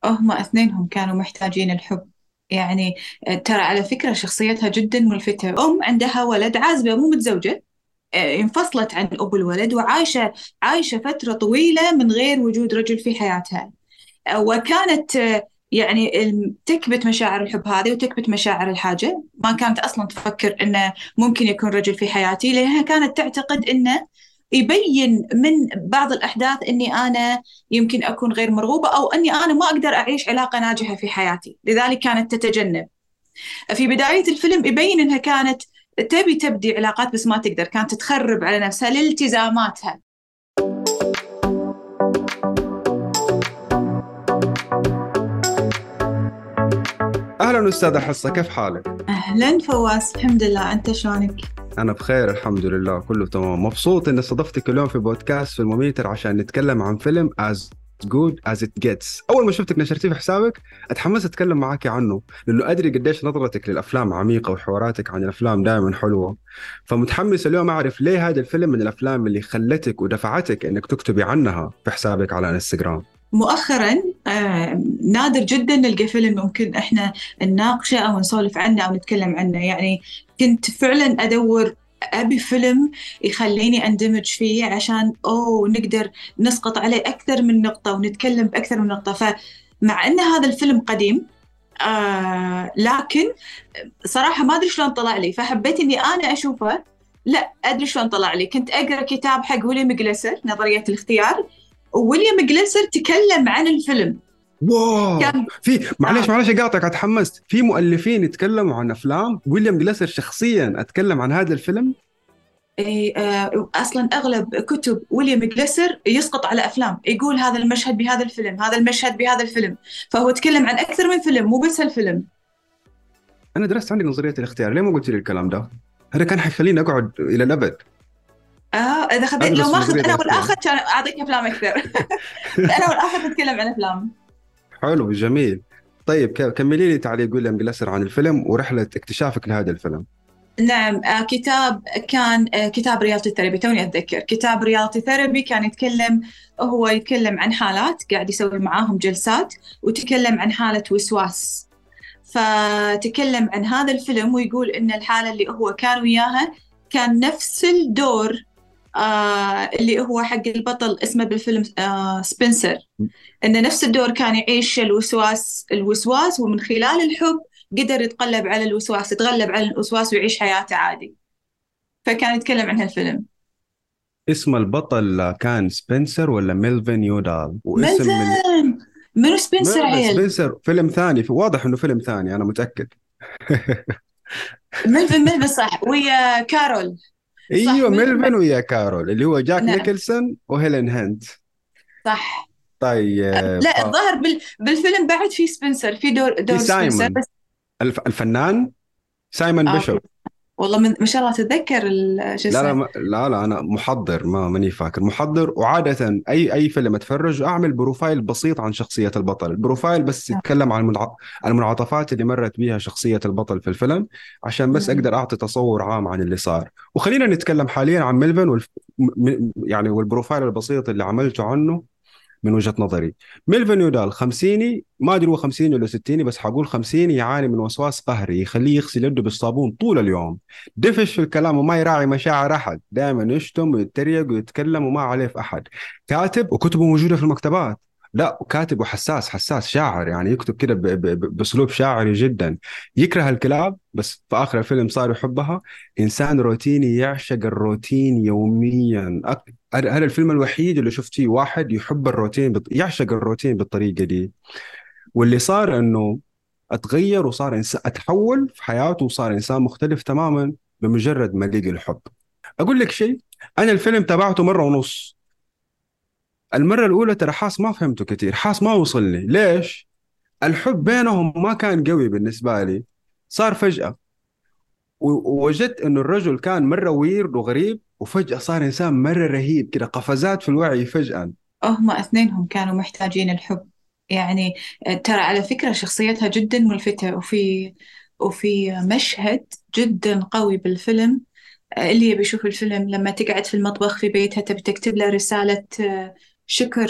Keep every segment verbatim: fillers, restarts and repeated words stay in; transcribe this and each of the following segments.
هم اثنينهم كانوا محتاجين الحب. يعني آه، ترى على فكرة شخصيتها جدا ملفتة. أم عندها ولد، عازبة مو متزوجة، آه، انفصلت عن أبو الولد وعايشة عايشة فترة طويلة من غير وجود رجل في حياتها. آه، وكانت آه، يعني الم- تكبت مشاعر الحب هذه وتكبت مشاعر الحاجة. ما كانت أصلا تفكر إنه ممكن يكون رجل في حياتي، لأنها كانت تعتقد إنه يبين من بعض الأحداث إني أنا يمكن أكون غير مرغوبة، أو أني أنا ما أقدر أعيش علاقة ناجحة في حياتي، لذلك كانت تتجنب. في بداية الفيلم يبين إنها كانت تبي تبدي علاقات بس ما تقدر، كانت تخرب على نفسها لالتزاماتها. أهلا أستاذة حصة، كيف حالك؟ أهلا فواز، الحمد لله، أنت شلونك؟ أنا بخير الحمد لله، كله تمام. مبسوط إني استضفتك اليوم في بودكاست في المميتر عشان نتكلم عن فيلم As Good As It Gets. أول ما شفتك نشرتيه في حسابك اتحمست أتكلم معك عنه، لأنه أدري قديش نظرتك للأفلام عميقة وحواراتك عن الأفلام دائما حلوة. فمتحمس اليوم أعرف ليه هذا الفيلم من الأفلام اللي خلتك ودفعتك إنك تكتبي عنها في حسابك على انستغرام. مؤخرا آه نادر جدا نلقى فيلم ممكن احنا نناقشه او نسولف عنه او نتكلم عنه. يعني كنت فعلا ادور، ابي فيلم يخليني اندمج فيه عشان اوه نقدر نسقط عليه اكثر من نقطة ونتكلم باكثر من نقطة. فمع ان هذا الفيلم قديم، آه لكن صراحة ما ادري شلون طلع لي، فحبيت اني انا اشوفه. لا ادري شلون طلع لي، كنت اقرا كتاب حق ويليام جليسر، نظرية الاختيار، ويليام جليسر تكلم عن الفيلم. واو، كان في آه معليش معليش اقاطعك، اتحمست. في مؤلفين يتكلموا عن افلام ويليام جليسر شخصيا اتكلم عن هذا الفيلم. إيه، آه اصلا اغلب كتب ويليام جليسر يسقط على افلام، يقول هذا المشهد بهذا الفيلم، هذا المشهد بهذا الفيلم. فهو تكلم عن اكثر من فيلم، مو بس الفيلم. انا درست عندي نظريه الاختيار، ليه ما قلت لي الكلام ده؟ هذا كان حيخليني اقعد الى الابد اه اذا خذيت، لو ادرس في ماخذ نظريه انا الاختيار. والاخر كان اعطيك افلام اكثر. انا والاخر نتكلم عن افلام. حلو، جميل. طيب ك- كملي لي تعليق ويليام جليسر عن الفيلم ورحله اكتشافك لهذا الفيلم. نعم، آه كتاب كان آه كتاب ريالتي ثيرابي، توني اتذكر كتاب ريالتي ثيرابي. كان يتكلم، هو يتكلم عن حالات قاعد يسوي معاهم جلسات، وتكلم عن حالة وسواس. فتكلم عن هذا الفيلم ويقول إن الحالة اللي هو كان وياها كان نفس الدور آه اللي هو حق البطل اسمه بالفيلم آه سبنسر. إن نفس الدور كان يعيش الوسواس الوسواس ومن خلال الحب قدر يتقلب على الوسواس، يتغلب على الوسواس ويعيش حياته عادي. فكان يتكلم عن هالفيلم. اسم البطل كان سبنسر ولا ميلفين يودال؟ واسم ال... ملفن. منو سبنسر ما عيل؟ سبنسر فيلم ثاني، واضح انه فيلم ثاني، انا متاكد. ملفن ملفن صح، ويا كارول. صح ايوه، ملفن. ميلفين ويا كارول، اللي هو جاك نعم نيكلسون وهيلين هانت. صح. طيب لا ف... الظاهر بال... بالفيلم بعد في سبنسر، في دور في دور سبنسر سايمون، بس. الف... الفنان سايمون آه بيشوب. والله من... ما شاء الله تتذكر ال- شو لا لا اسمه. ما... لا لا انا محضر، ما ماني فاكر محضر. وعاده اي اي فيلم اتفرج اعمل بروفايل بسيط عن شخصيه البطل، البروفايل بس يتكلم عن المنع... عن المنعطفات اللي مرت بها شخصيه البطل في الفيلم، عشان بس مم. اقدر اعطي تصور عام عن اللي صار. وخلينا نتكلم حاليا عن ميلفن والف... م... يعني والبروفايل البسيط اللي عملته عنه من وجهة نظري. ميلفن يودال خمسيني، ما ادري هو خمسيني ولا ستيني، بس حقول خمسيني، يعاني من وسواس قهري يخليه يغسل يده بالصابون طول اليوم. دفش في الكلام وما يراعي مشاعر احد، دائما يشتم ويتريق ويتكلم وما عليه في احد. كاتب وكتبه موجودة في المكتبات. لا، كاتب وحساس، حساس شاعر، يعني يكتب كده ب- ب- ب- باسلوب شاعري جدا. يكره الكلاب بس في اخر الفيلم صار يحبها. انسان روتيني يعشق الروتين يوميا. هذا هذا الفيلم الوحيد اللي شفت فيه واحد يحب الروتين بط... يعشق الروتين بالطريقة دي. واللي صار انه اتغير وصار انسان، اتحول في حياته وصار انسان مختلف تماما بمجرد ما لقي الحب. اقول لك شيء، انا الفيلم تابعته مرة ونص. المرة الاولى ترى حاس ما فهمته كثير، حاس ما وصلني ليش. الحب بينهم ما كان قوي بالنسبة لي، صار فجأة. و- ووجدت انه الرجل كان مرة ويرد وغريب، وفجأة صار انسان مرة رهيب كده، قفزات في الوعي فجأة. هم اثنينهم كانوا محتاجين الحب. يعني آه، ترى على فكرة شخصيتها جدا ملفتة. وفي وفي مشهد جدا قوي بالفيلم، آه، اللي يبي يشوف الفيلم، لما تقعد في المطبخ في بيتها تبي تكتب له رسالة آه، شكر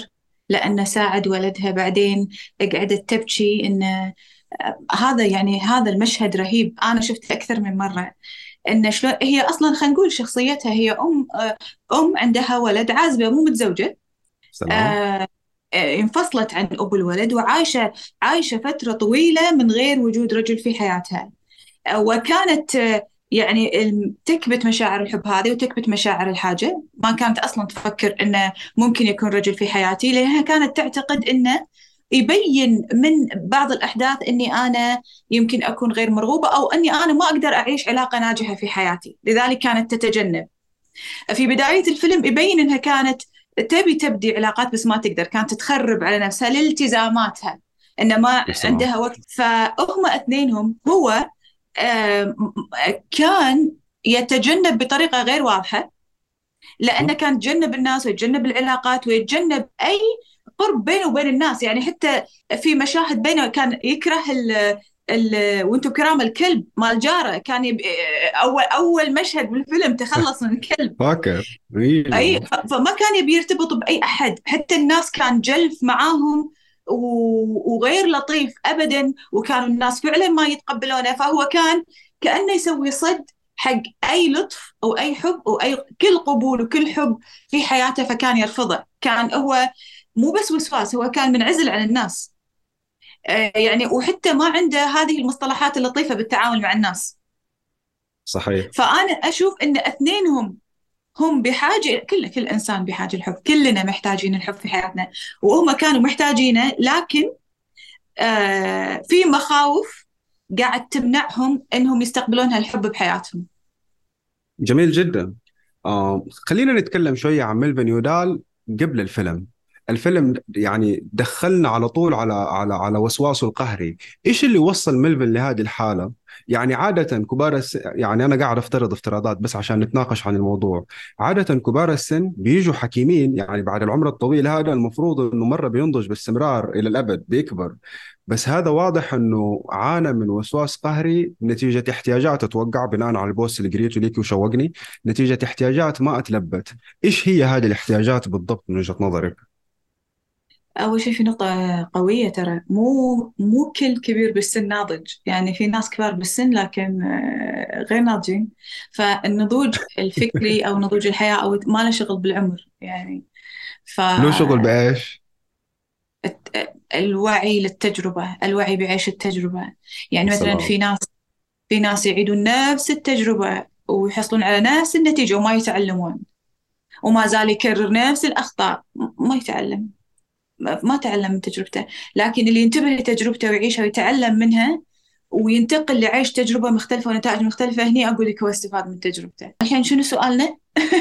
لأنه ساعد ولدها. بعدين قعدت تبكي إنه هذا يعني هذا المشهد رهيب، أنا شفته أكثر من مرة. إن شلون هي أصلا، خلينا نقول شخصيتها هي أم، آه، أم عندها ولد، عازبة مو متزوجة. سلام. آه، آه، انفصلت عن أبو الولد، وعايشة عايشة فترة طويلة من غير وجود رجل في حياتها. آه، وكانت آه، يعني الم- تكبت مشاعر الحب هذه وتكبت مشاعر الحاجة. ما كانت أصلا تفكر إنه ممكن يكون رجل في حياتي، لأنها كانت تعتقد إنه يبين من بعض الأحداث إني أنا يمكن أكون غير مرغوبة، أو إني أنا ما أقدر أعيش علاقة ناجحة في حياتي، لذلك كانت تتجنب. في بداية الفيلم يبين إنها كانت تبي تبدي علاقات بس ما تقدر، كانت تخرب على نفسها لالتزاماتها، إن ما يا سلام. عندها وقت. فهم اثنينهم، هو آه، كان يتجنب بطريقة غير واضحة، لأنه كان يتجنب الناس ويتجنب العلاقات ويتجنب أي قرب بينه وبين الناس. يعني حتى في مشاهد بينه كان يكره ال ال وانتم كرام الكلب مال جاره، كان يب... أول أول مشهد بالفيلم تخلص من الكلب. فاكر. ايوه. أي ف... فما كان يبي يرتبط بأي أحد، حتى الناس كان جلف معاهم و... وغير لطيف أبدا، وكانوا الناس فعلا ما يتقبلونه. فهو كان كأنه يسوي صد حق أي لطف أو أي حب أو أي كل قبول وكل حب في حياته، فكان يرفضه. كان هو مو بس وسواس، هو كان منعزل عن الناس. آه يعني وحتى ما عنده هذه المصطلحات اللطيفة بالتعامل مع الناس. صحيح. فأنا أشوف إن اثنينهم هم بحاجة، كل كل إنسان بحاجة الحب، كلنا محتاجين الحب في حياتنا، وهم كانوا محتاجينه. لكن آه في مخاوف قاعد تمنعهم إنهم يستقبلون هالحب بحياتهم. جميل جدا. آه خلينا نتكلم شوية عن ميلفن يودال قبل الفيلم. الفيلم يعني دخلنا على طول على على على وسواسه القهري. ايش اللي وصل ميلفن لهذه الحالة؟ يعني عادة كبار السن، يعني انا قاعد افترض افتراضات بس عشان نتناقش عن الموضوع. عادة كبار السن بيجوا حكيمين، يعني بعد العمر الطويل هذا المفروض انه مرة بينضج باستمرار الى الابد بيكبر. بس هذا واضح انه عانى من وسواس قهري نتيجة احتياجات اتوقع، بناء على البوست اللي قريته ليكي وشوقني، نتيجة احتياجات ما اتلبت. ايش هي هذه الاحتياجات بالضبط من وجهة نظرك؟ أول شيء، في نقطة قوية، ترى مو مو كل كبير بالسن ناضج. يعني في ناس كبار بالسن لكن آه، غير ناضجين. فالنضوج الفكري أو نضوج الحياة أو ما له شغل بالعمر يعني. ف له شغل بايش؟ الت- الوعي للتجربة، الوعي بعيش التجربة. يعني مثلا السلام. في ناس في ناس يعيدون نفس التجربة ويحصلون على نفس النتيجة وما يتعلمون، وما زال يكرر نفس الأخطاء، م- ما يتعلم، ما ما تعلم من تجربته. لكن اللي ينتبه لتجربته ويعيشها ويتعلم منها وينتقل لعيش تجربة مختلفة ونتائج مختلفة، هني أقول لك هو استفاد من تجربته. الحين شنو سؤالنا؟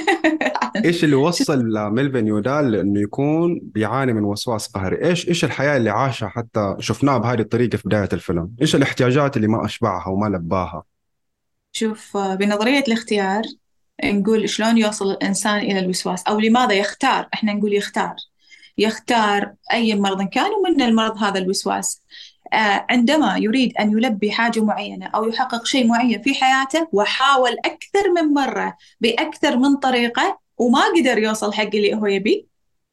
ايش اللي وصل لميلفن يودال لانه يكون بيعاني من وسواس قهري؟ ايش ايش الحياة اللي عاشها حتى شفناها بهذه الطريقة في بداية الفيلم؟ ايش الاحتياجات اللي ما اشبعها وما لباها؟ شوف، آه، بنظرية الاختيار نقول شلون يوصل الإنسان إلى الوسواس، أو لماذا يختار. إحنا نقول يختار يختار أي مرض كان، ومن المرض هذا الوسواس. آه، عندما يريد أن يلبي حاجة معينة أو يحقق شيء معين في حياته، وحاول أكثر من مرة بأكثر من طريقة وما قدر يوصل حق اللي هو يبيه،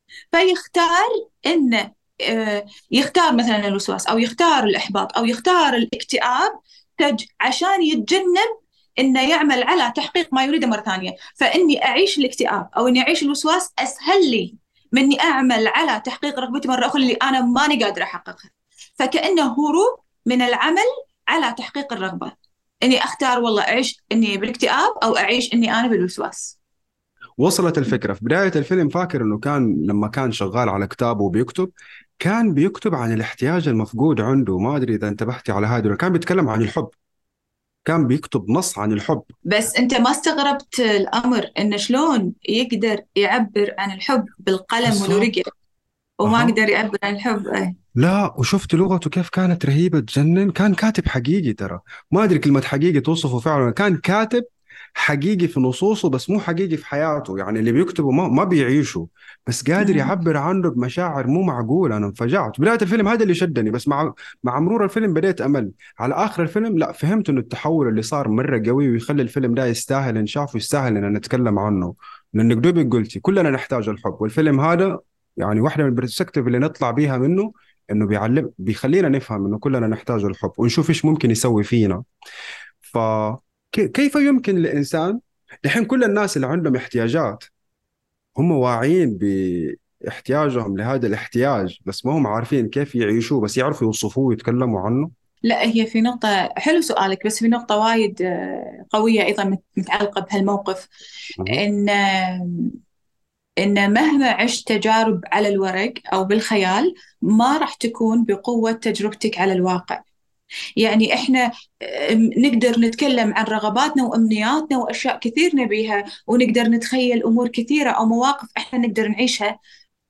فيختار إنه آه، يختار مثلا الوسواس أو يختار الإحباط أو يختار الاكتئاب، تج عشان يتجنب إنه يعمل على تحقيق ما يريده مرة ثانية. فإني أعيش الاكتئاب أو إني أعيش الوسواس أسهل لي من إني أعمل على تحقيق رغبتي مرة أخرى اللي أنا ماني قادرة أحققها. فكأنه هروب من العمل على تحقيق الرغبة، إني أختار والله أعيش إني بالاكتئاب أو أعيش إني أنا بالوسواس. وصلت الفكرة في بداية الفيلم. فاكر انه كان لما كان شغال على كتابه وبيكتب، كان بيكتب عن الاحتياج المفقود عنده. ما ادري اذا انتبهتي على هذا، كان بيتكلم عن الحب، كان بيكتب نص عن الحب. بس أنت ما استغربت الأمر إنه شلون يقدر يعبر عن الحب بالقلم والورقة بالضبط. وما اها. قدر يعبر عن الحب؟ أي. لا، وشفت لغته كيف كانت رهيبة تجنن. كان كاتب حقيقي ترى. ما أدري كلمة حقيقي توصفه فعلا. كان كاتب حقيقي في نصوصه بس مو حقيقي في حياته. يعني اللي بيكتبه ما, ما بيعيشه، بس قادر مم. يعبر عنه بمشاعر مو معقول. أنا انفجعت بداية الفيلم، هذا اللي شدني. بس مع مع مرور الفيلم بديت أمل. على آخر الفيلم لا، فهمت إنه التحول اللي صار مرة قوي ويخلي الفيلم ده يستاهل إنشاف ويستاهل إن نتكلم عنه. لأنك دوبك قلتي كلنا نحتاج الحب، والفيلم هذا يعني واحدة من البرسبكتيف اللي نطلع بيها منه انه بيعلم بيخلينا نفهم انه كلنا نحتاج الحب ونشوف ايش ممكن يسوي فينا. فكيف يمكن للإنسان، الحين كل الناس اللي عندهم احتياجات هم واعيين باحتياجهم لهذا الاحتياج، بس ما هم عارفين كيف يعيشوه، بس يعرفوا يوصفوه ويتكلموا عنه. لا، هي في نقطة حلو سؤالك، بس في نقطة وايد آه، قوية أيضا مت- متعلقة بهالموقف. مه. إن إن مهما عشت تجارب على الورق أو بالخيال، ما راح تكون بقوة تجربتك على الواقع. يعني إحنا آم، نقدر نتكلم عن رغباتنا وأمنياتنا وأشياء كثير نبيها، ونقدر نتخيل أمور كثيرة أو مواقف إحنا نقدر نعيشها.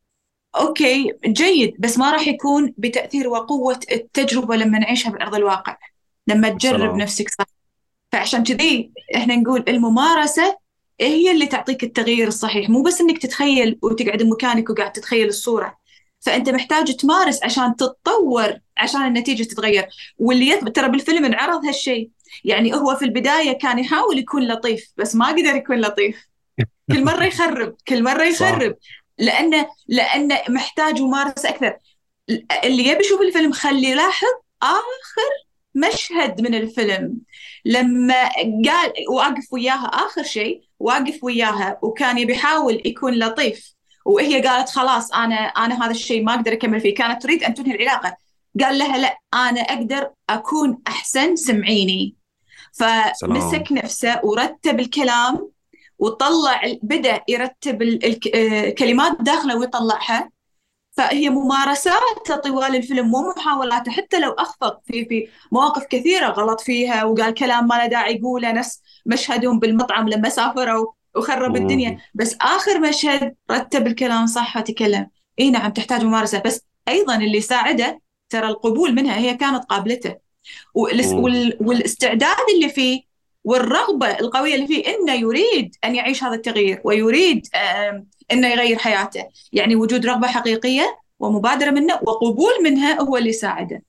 أوكي جيد، بس ما راح يكون بتأثير وقوة التجربة لما نعيشها بأرض الواقع، لما تجرب السلام. نفسك. فعشان كذي احنا نقول الممارسة هي اللي تعطيك التغيير الصحيح، مو بس انك تتخيل وتقعد مكانك وقاعد تتخيل الصورة. فانت محتاج تمارس عشان تتطور، عشان النتيجة تتغير. واللي يثبت ترى بالفيلم انعرض هالشيء. يعني هو في البداية كان يحاول يكون لطيف، بس ما قدر يكون لطيف. كل مرة يخرب، كل مرة صح. يخرب. لأنه لأنه محتاج ممارسة أكثر. اللي يبي يشوف الفيلم خليه يلاحظ آخر مشهد من الفيلم، لما قال واقف وياها آخر شيء، واقف وياها وكان يبي يحاول يكون لطيف، وهي قالت خلاص أنا أنا هذا الشيء ما أقدر أكمل فيه، كانت تريد أن تنهي العلاقة. قال لها لا، أنا أقدر أكون أحسن، سمعيني. سلام. فمسك نفسه ورتب الكلام، وطلع، بدأ يرتب ال- الك- آه، الكلمات داخله ويطلعها. فهي ممارسات طوال الفيلم، مو محاولاته. حتى لو أخطأ في في مواقف كثيرة غلط فيها، وقال كلام ما له داعي يقوله، نفس مشهدهم بالمطعم لما سافروا وخرب الدنيا، مم. بس آخر مشهد رتب الكلام صح وتكلم. إي نعم، تحتاج ممارسة، بس أيضا اللي ساعده ترى القبول منها. هي كانت قابلته، والاس- مم. وال- والاستعداد اللي فيه، والرغبة القوية اللي فيه، إنه يريد أن يعيش هذا التغيير، ويريد آم، إنه يغير حياته. يعني وجود رغبة حقيقية ومبادرة منه وقبول منها هو اللي ساعده.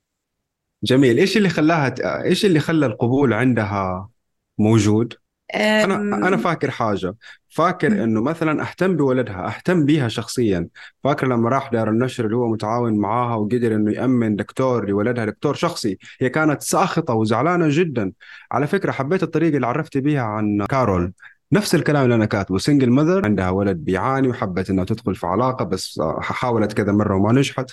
جميل. ايش اللي خلاها ت- ايش اللي خلى القبول عندها موجود؟ انا انا أم، فاكر حاجه، فاكر انه مثلا اهتم بولدها، اهتم بيها شخصيا. فاكر لما راح دار النشر اللي هو متعاون معاها وقدر انه يامن دكتور لولدها، دكتور شخصي. هي كانت ساخطه وزعلانه جدا. على فكره حبيت الطريقه اللي عرفتي بيها عن كارول. نفس الكلام اللي انا كاتبه، سنجل ماذر عندها ولد بيعاني وحبت انها تدخل في علاقه، بس حاولت كذا مره وما نجحت.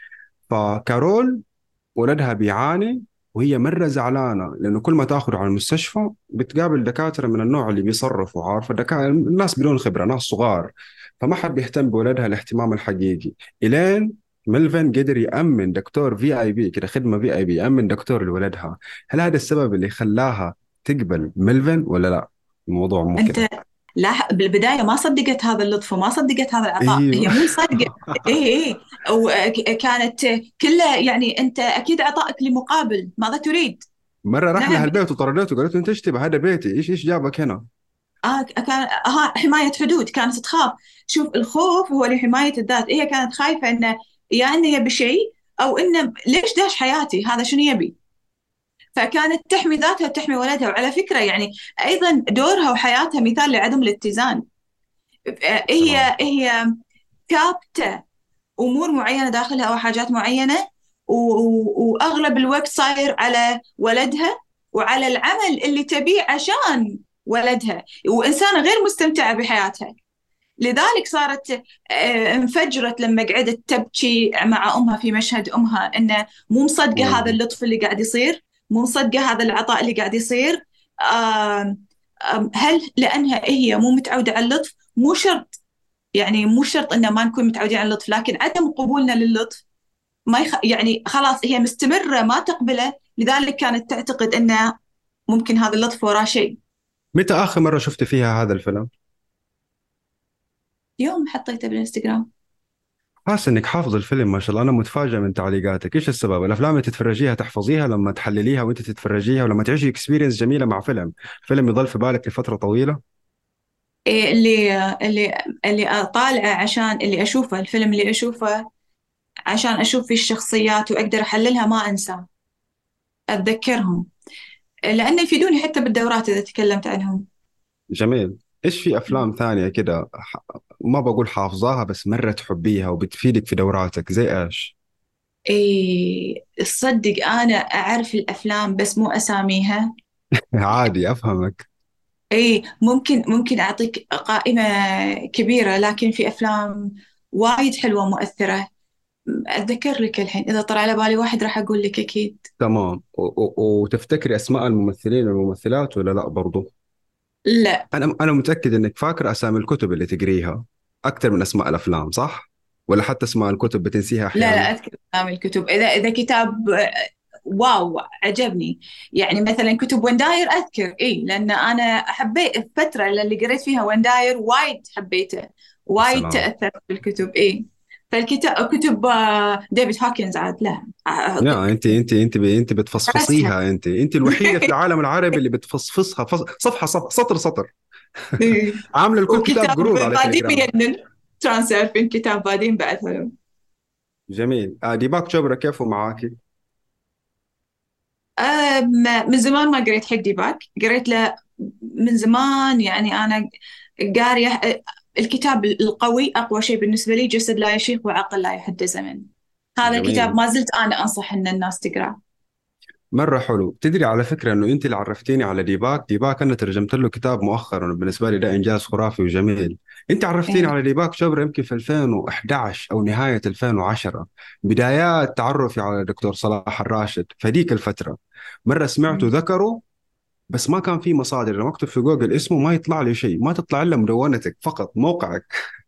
فكارول ولدها بيعاني، وهي مرة زعلانة لأنه كل ما تاخذه على المستشفى بتقابل دكاترة من النوع اللي بيصرفوا، عارفة الدكاترة الناس بدون خبرة، ناس صغار. فما حد بيهتم بولدها الاهتمام الحقيقي. إلين ميلفن قدر يأمن دكتور في اي بي كده، خدمة في اي بي، يأمن دكتور لولدها. هل هذا السبب اللي خلاها تقبل ميلفن ولا لا؟ الموضوع مو أنت، كده. لا، بالبداية ما صدقت هذا اللطف وما صدقت هذا العطاء، ايوه. هي مو مصدقة. إيه إيه. وكانت كلها يعني أنت أكيد عطائك لمقابل ماذا تريد. مرة راح لها نعم. البيت وطردته، قالت له انت ايش تبغى، هذا بيتي، ايش ايش جابك هنا؟ آه كان آه حماية حدود، كانت تخاف. شوف، الخوف هو لحماية الذات. هي كانت خايفة إنه يا إنه يبي شيء، أو إنه ليش داش حياتي، هذا شنو يبي. فكانت تحمي ذاتها وتحمي ولدها. وعلى فكرة يعني أيضا دورها وحياتها مثال لعدم الاتزان. آه، سلام. هي هي كابتة أمور معينة داخلها أو حاجات معينة، و- و- وأغلب الوقت صاير على ولدها وعلى العمل اللي تبيه عشان ولدها، وإنسانة غير مستمتعة بحياتها. لذلك صارت آه، انفجرت لما قعدت تبكي مع أمها في مشهد أمها، إنه مو مصدقة هذا مم. اللطف اللي قاعد يصير، مو مصدقة هذا العطاء اللي قاعد يصير. آم، آم، هل لأنها هي مو متعودة على اللطف؟ مو شرط. يعني مو شرط إن ما نكون متعودين على اللطف، لكن عدم قبولنا للطف ما يخ... يعني خلاص هي مستمرة ما تقبله. لذلك كانت تعتقد إنه ممكن هذا اللطف وراه شيء. متى آخر مرة شفت فيها هذا الفيلم؟ يوم حطيته بالانستغرام. حاسس انك حافظ الفيلم ما شاء الله. انا متفاجئ من تعليقاتك. ايش السبب؟ الافلام اللي تتفرجيها تحفظيها لما تحلليها وانت تتفرجيها، ولما تعيشي اكسبيرينس جميله مع فيلم، فيلم يضل في بالك لفتره طويله. إيه اللي اللي اللي أطالعه، عشان اللي أشوفه الفيلم اللي أشوفه عشان أشوف فيه الشخصيات وأقدر أحللها، ما أنسى، أتذكرهم، لأنه يفيدوني حتى بالدورات إذا تكلمت عنهم. جميل. ايش في افلام ثانيه كده ح- ما بقول حافظاها بس مرة تحبيها وبتفيدك في دوراتك، زي إيش؟ إيه تصدق أنا أعرف الأفلام بس مو أساميها. عادي أفهمك. إيه ممكن ممكن أعطيك قائمة كبيرة، لكن في أفلام وايد حلوة مؤثرة. أتذكر لك الحين، إذا طلع على بالي واحد راح أقول لك أكيد. تمام. و- و- وتفتكري أسماء الممثلين والممثلات ولا لا برضو؟ لا أنا أنا متأكد إنك فاكر أسامي الكتب اللي تقريها أكثر من أسماء الأفلام، صح؟ ولا حتى أسماء الكتب بتنسيها لا لا أحيانا؟ أذكر أسامي الكتب. إذا إذا كتاب آه، واو عجبني، يعني مثلا كتب ونداير أذكر إيه، لأن أنا حبيت الفترة اللي قريت فيها ونداير وايد حبيته، يا وايد سلام. تأثرت بالكتب إيه. فالكتاب كتب آه، ديفيد هوكنز عاد لا آه، لا، انت انت انت ب- انت درستها. بتفصفصيها، انت انت الوحيده في العالم العربي اللي بتفصفصها فص- صفحه صفحه سطر سطر. إيه. عامله لكل كتاب وكتاب قروض على بادين تليجرام. مينن، ترانسيرفين كتاب بادين بعد حلو. جميل. آه ديباك شوبرا كيفه معاكي؟ آه، ما- من زمان ما قريت حق ديباك، قريت له من زمان. يعني أنا قارية آه، الكتاب القوي أقوى شيء بالنسبة لي، جسد لا يشيخ وعقل لا يحد زمن. هذا الكتاب جميل. ما زلت أنا أنصح أن الناس تقرأ. مره حلو. تدري على فكره انه انت اللي عرفتيني على ديباك. ديباك انا ترجمت له كتاب مؤخرا، بالنسبه لي ده انجاز خرافي وجميل. انت عرفتيني إيه. على ديباك شوبرا يمكن في ألفين وأحد عشر او نهايه ألفين وعشرة، بدايات تعرفي على الدكتور صلاح الراشد. فديك الفتره مره سمعته ذكره، بس ما كان في مصادر. لما اكتب في جوجل اسمه ما يطلع لي شيء، ما تطلع الا مدونتك فقط، موقعك.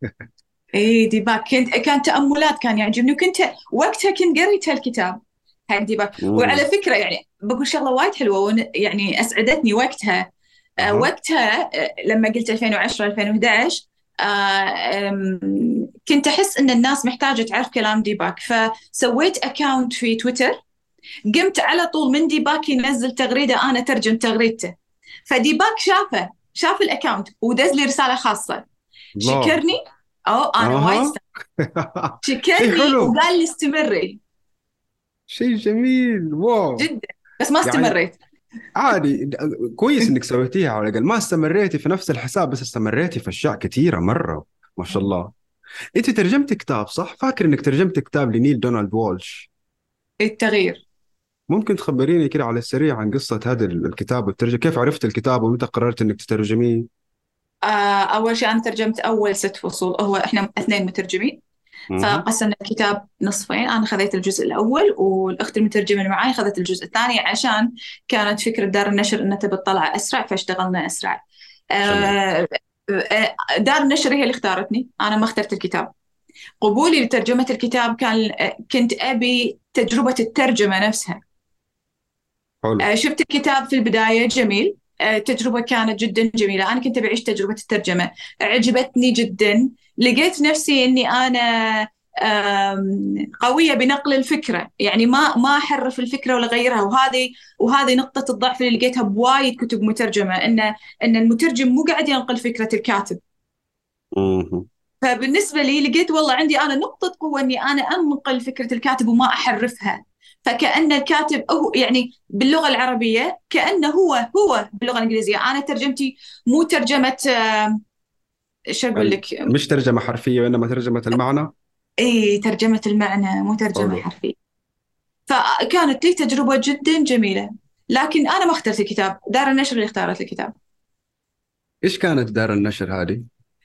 إيه ديباك كنت كان تأملات كان يعجبني، وكنت وقتها كنت قريت هالكتاب حق ديباك. وعلى امم. فكرة يعني بقول شغلة وايد حلوة ون- يعني أسعدتني وقتها. آه، اها. وقتها آه، لما قلت ألفين وعشرة ألفين وأحد عشر، آه، أم، كنت أحس إن الناس محتاجة تعرف كلام ديباك، فسويت أكاونت في تويتر. قمت على طول من ديباك ينزل تغريدة أنا ترجم تغريدته، فديباك شافه، شاف الأكاونت ودز لي رسالة خاصة، الله. شكرني. أو أنا وايد اها. است- شيء شكرني حلو. وقال لي استمري. شيء جميل. واو. جدا. بس ما يعني استمريت. عادي. كويس انك سويتيها، على الاقل ما استمريتي في نفس الحساب بس استمريتي في اشياء كثيره مره. ما شاء الله. انت ترجمت كتاب صح؟ فاكر انك ترجمت كتاب لنيل دونالد وولش. التغيير. ممكن تخبريني كده على السريع عن قصة هذا الكتاب والترجمة؟ كيف عرفت الكتاب ومتى قررت انك تترجميه؟ آه، أول شيء أنا ترجمت أول ست فصول، هو إحنا اثنين مترجمين، اها. فقسمنا الكتاب نصفين. أنا خذيت الجزء الأول والأخت المترجمة اللي معي خذت الجزء الثاني، عشان كانت فكرة دار النشر أنها تبي تطلع أسرع، فاشتغلنا أسرع. جميل. آه، آه، دار النشر هي اللي اختارتني، أنا ما اخترت الكتاب. قبولي لترجمة الكتاب كان آه، كنت أبي تجربة الترجمة نفسها. حلو. آه، شفت الكتاب في البداية جميل، آه، التجربة كانت جدا جميلة، أنا كنت بعيش تجربة الترجمة، عجبتني جدا. لقيت نفسي إني أنا آم، قوية بنقل الفكرة، يعني ما ما أحرف الفكرة ولا أغيرها. وهذه وهذه نقطة الضعف اللي لقيتها بوايد كتب مترجمة، إن إن المترجم مو قاعد ينقل فكرة الكاتب. مهم. فبالنسبة لي لقيت والله عندي أنا نقطة قوة إني أنا أنقل فكرة الكاتب وما أحرفها. فكأن الكاتب هو يعني باللغة العربية كأنه هو هو باللغة الإنجليزية. أنا ترجمتي مو ترجمة آه، إيش أقول ال- لك. مش ترجمة حرفية وإنما ترجمة المعنى. إيه ترجمة المعنى مو ترجمة حلو. حرفية. فكانت لي تجربة جدا جميلة، لكن أنا ما اخترت الكتاب، دار النشر اللي اختارت الكتاب. إيش كانت دار النشر هذه؟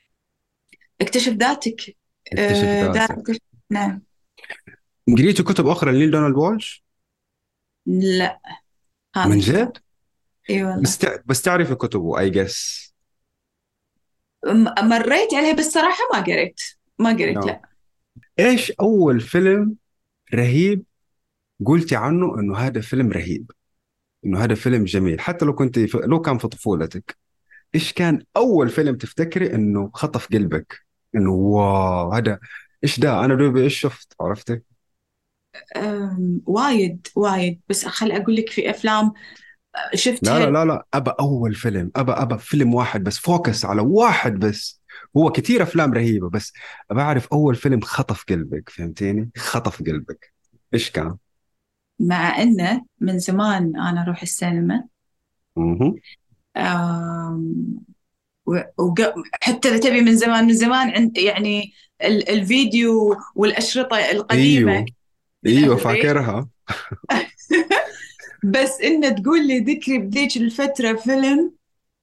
اكتشف ذاتك. اكتشف آه، دار ذاتك. اكتشف. نعم. قريتوا كتب أخرى لنيل دونالد وولش؟ لا هذا من الكتاب. جد؟ اي والله. بس تع... بس تعرفي كتبه أي جس؟ م- مريت عليه بس صراحة ما قريت، ما قريت نعم. لا. إيش أول فيلم رهيب قلتي عنه إنه هذا فيلم رهيب، إنه هذا فيلم جميل، حتى لو كنت في... لو كان في طفولتك؟ ايش كان اول فيلم تفتكري انه خطف قلبك، انه واو هذا؟ ايش ده؟ انا دوبي ايش شفت، عرفتي؟ أم، وايد وايد، بس خل أقول لك في أفلام لا لا شفتها. لا لا، ابى اول فيلم، ابى ابى فيلم واحد بس، فوكس على واحد بس. هو كثير افلام رهيبة بس ابى اعرف اول فيلم خطف قلبك، فهمتيني؟ خطف قلبك. ايش كان؟ مع أنه من زمان أنا أروح السينما، اها. أم، وحتى إذا تبي من زمان من زمان عند يعني ال- الفيديو والأشرطة القديمة ايوه ايوه في البيت. فاكرها. بس إن تقول لي ذكري بذيك الفترة فيلم.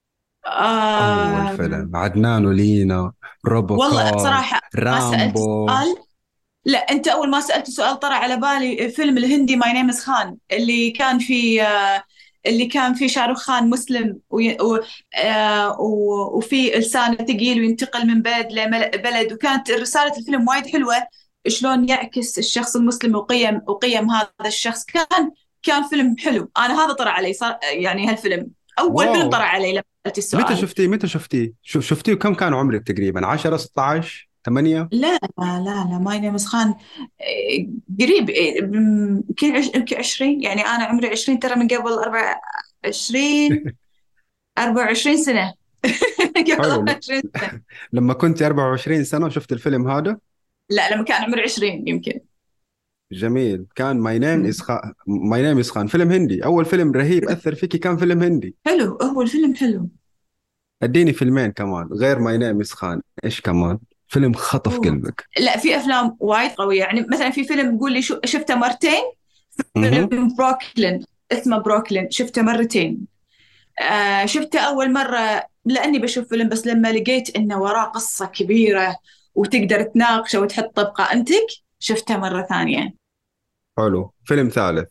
اول آه فيلم عدنان ولينا، والله روبوكاب، صراحة ما سألت رامبو. سؤال. لا، أنت أول ما سألت سؤال طرى على بالي فيلم الهندي ماي نيم از خان، اللي كان فيه آه، اللي كان فيه شاروخ خان مسلم، وي- و- آه، و- وفي لسانه ثقيل وينتقل من بلد لبلد، وكانت رسالة الفيلم وايد حلوة، شلون يعكس الشخص المسلم وقيم وقيم هذا الشخص. كان كان فيلم حلو. أنا هذا طرى علي صار يعني هالفيلم أول فيلم واو، طرى علي لما سألت متى السؤال. شفتيه متى شفتيه شو شفتيه وكم كان عمرك تقريبا؟ عشرة ستة عشر ثمانية؟ لا لا لا، ماي نيم از خان قريب، إيه، بم- يمكن عش- يمكن عشرين، يعني أنا عمري عشرين ترى، من قبل أربع عشرين، أربع وعشرين سنة. قبل حلو. أربع ل- وعشرين سنة. لما كنت أربعة وعشرين سنة وشفت الفيلم هذا؟ لا، لما كان عمري عشرين يمكن. جميل. كان ماي نيم مم. از خان، ماي نيم از خان فيلم هندي، اول فيلم رهيب اثر فيكي كان فيلم هندي. حلو، هو الفيلم حلو. اديني فيلمين كمان غير ماي نيم از خان، ايش كمان فيلم خطف أوه. قلبك؟ لا، في أفلام وايد قوية، يعني مثلا في فيلم قول لي شو شفته مرتين. اها. فيلم بروكلين، اسمه بروكلين، شفته مرتين. آه شفته أول مرة لأني بشوف فيلم، بس لما لقيت إنه وراه قصة كبيرة وتقدر تناقشه وتحط طب قائمتك، شفته مرة ثانية. حلو. فيلم ثالث؟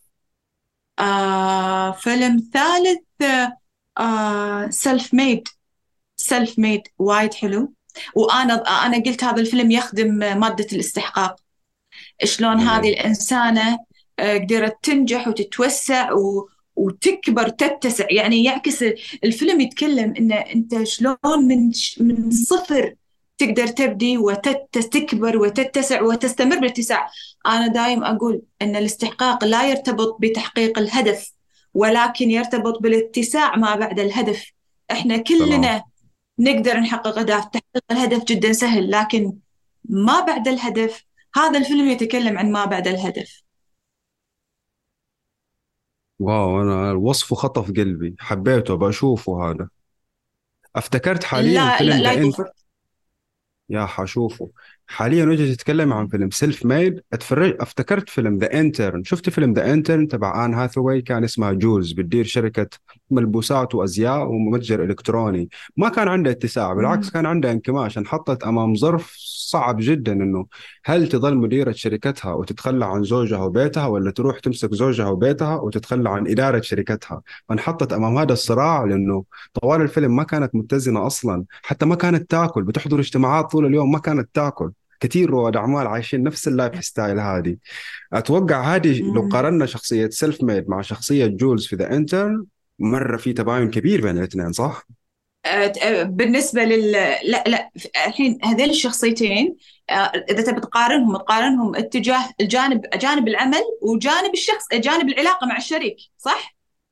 آه فيلم ثالث، آه سيلف ميد. سيلف ميد وايد حلو. وأنا أنا قلت هذا الفيلم يخدم مادة الاستحقاق، شلون هذه جميل. الإنسانة آه، قدرت تنجح وتتوسع و... وتكبر تتسع. يعني يعكس الفيلم، يتكلم إن أنت شلون من ش... من صفر تقدر تبدي وتكبر وتتسع وتستمر بالاتساع. أنا دايم أقول أن الاستحقاق لا يرتبط بتحقيق الهدف، ولكن يرتبط بالاتساع ما بعد الهدف. إحنا سلام. كلنا نقدر نحقق أهداف. تحقيق الهدف جدا سهل، لكن ما بعد الهدف، هذا الفيلم يتكلم عن ما بعد الهدف. واو، انا وصفه خطف قلبي، حبيته بشوفه هذا. افتكرت حاليا لا لا فيلم لا ذا انت. يطوفك. يا حشوفه. حاليا وجهي تتكلم عن فيلم سيلف ميد، اتفرج افتكرت فيلم ذا انترن. شفت فيلم ذا انترن تبع ان هاثاواي؟ كان اسمها جولز، بتدير شركة ملبوسات وازياء ومتجر الكتروني. ما كان عندها اتساع، بالعكس مم. كان عندها انكماش. انحطت امام ظرف صعب جدا، انه هل تظل مديرة شركتها وتتخلى عن زوجها وبيتها، ولا تروح تمسك زوجها وبيتها وتتخلى عن إدارة شركتها. فانحطت امام هذا الصراع، لانه طوال الفيلم ما كانت متزنة أصلا، حتى ما كانت تاكل، بتحضر اجتماعات طول اليوم ما كانت تاكل. كثير رواد أعمال عايشين نفس اللايف ستايل هذه. أتوقع هذه لو مم. قارنا شخصية سيلف ميد مع شخصية جولز في ذا انترن، مرة في تباين كبير بين الاثنين، صح؟ آه، آه، بالنسبة لل لا لا، الحين هذين الشخصيتين، آه، إذا تبي تقارنهم تقارنهم اتجاه الجانب، جانب العمل وجانب الشخص، جانب العلاقة مع الشريك، صح؟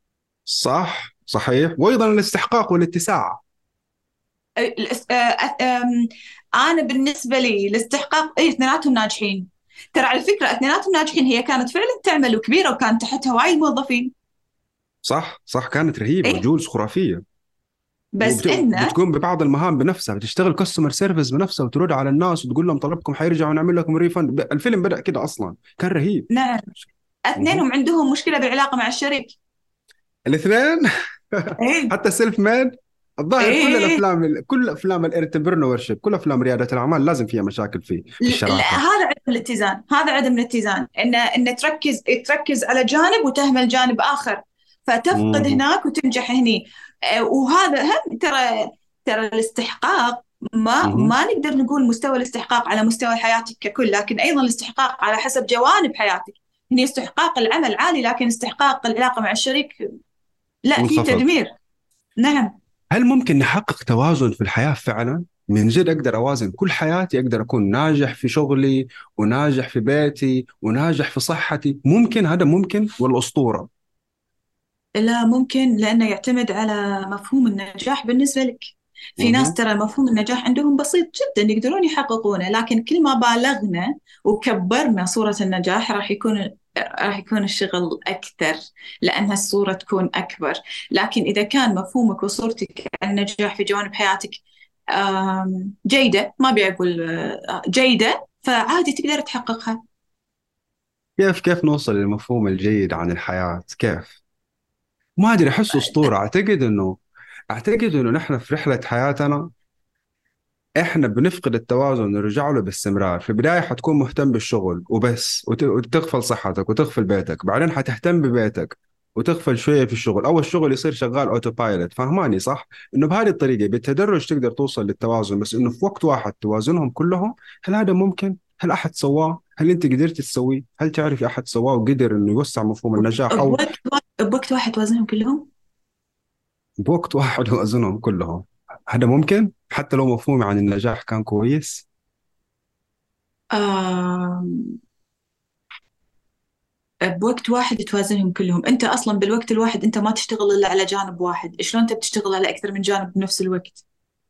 صح صحيح، وأيضا الاستحقاق والاتساع. آه، الاس- آه، آه، آم، أنا بالنسبة لي الاستحقاق، إيه، اثنيناتهم ناجحين. ترى على فكرة اثنيناتهم ناجحين، هي كانت فعلا تعمل وكبيرة وكان تحتها وايد موظفين. صح صح، كانت رهيبة إيه، جولز، خرافية. بس إنه وبتقوم ببعض المهام بنفسها، بتشتغل كاستمر سيرفيس بنفسها وترد على الناس وتقول لهم طلبكم حيرجعوا نعمل لكم ريفند. الفيلم بدأ كده أصلا، كان رهيب. نعم، مهم. اثنينهم عندهم مشكلة بالعلاقة مع الشريك. الاثنين. ايه حتى سيلف ميد. الظاهر كل ايه. الافلام كل افلام الانتربرنور شيب، كل افلام رياده الاعمال لازم فيها مشاكل في في لا، الشراكه. هذا عدم الاتزان، هذا عدم الاتزان، ان ان تركز تركز على جانب وتهمل جانب اخر، فتفقد مهم. هناك وتنجح هني. آه، وهذا هم ترى ترى الاستحقاق، ما مهم. ما نقدر نقول مستوى الاستحقاق على مستوى حياتك ككل، لكن ايضا الاستحقاق على حسب جوانب حياتك. هني استحقاق العمل عالي، لكن استحقاق العلاقة مع الشريك لا، في منخفض. تدمير. نعم. هل ممكن نحقق توازن في الحياه فعلا؟ من جد اقدر اوازن كل حياتي، اقدر اكون ناجح في شغلي وناجح في بيتي وناجح في صحتي؟ ممكن هذا؟ ممكن ولا اسطوره؟ لا ممكن، لأنه يعتمد على مفهوم النجاح بالنسبة لك. في ناس مهم. ترى مفهوم النجاح عندهم بسيط جدا يقدرون يحققونه، لكن كل ما بالغنا وكبرنا صورة النجاح راح يكون راح يكون الشغل أكثر، لأن الصورة تكون أكبر. لكن إذا كان مفهومك وصورتك عن النجاح في جوانب حياتك آم، جيدة، ما أبي أقول آه، جيدة، فعادي تقدر تحققها. كيف كيف نوصل للمفهوم الجيد عن الحياة؟ كيف؟ ما ادري، احس اسطورة. اعتقد انه اعتقد انه نحن في رحلة حياتنا احنا بنفقد التوازن، نرجع له باستمرار. في البداية حتكون مهتم بالشغل وبس، وت- وتغفل صحتك وتغفل بيتك. بعدين حتهتم ببيتك وتغفل شوية في الشغل، او الشغل يصير شغال اوتو بايلوت. فهماني صح؟ انه بهذه الطريقة بالتدرج تقدر توصل للتوازن، بس انه في وقت واحد توازنهم كلهم، هل هذا ممكن؟ هل احد سواه؟ هل انت قدرت تسويه؟ هل تعرف احد سواه وقدر انه يوسع مفهوم النجاح، او بوقت بوقت واحد توازنهم كلهم؟ بوقت واحد يوازنهم كلهم؟ هذا ممكن حتى لو مفهومي عن النجاح كان كويس؟ آم، بوقت واحد توازنهم كلهم؟ أنت أصلا بالوقت الواحد أنت ما تشتغل إلا على جانب واحد، شلون أنت بتشتغل على أكثر من جانب بنفس الوقت؟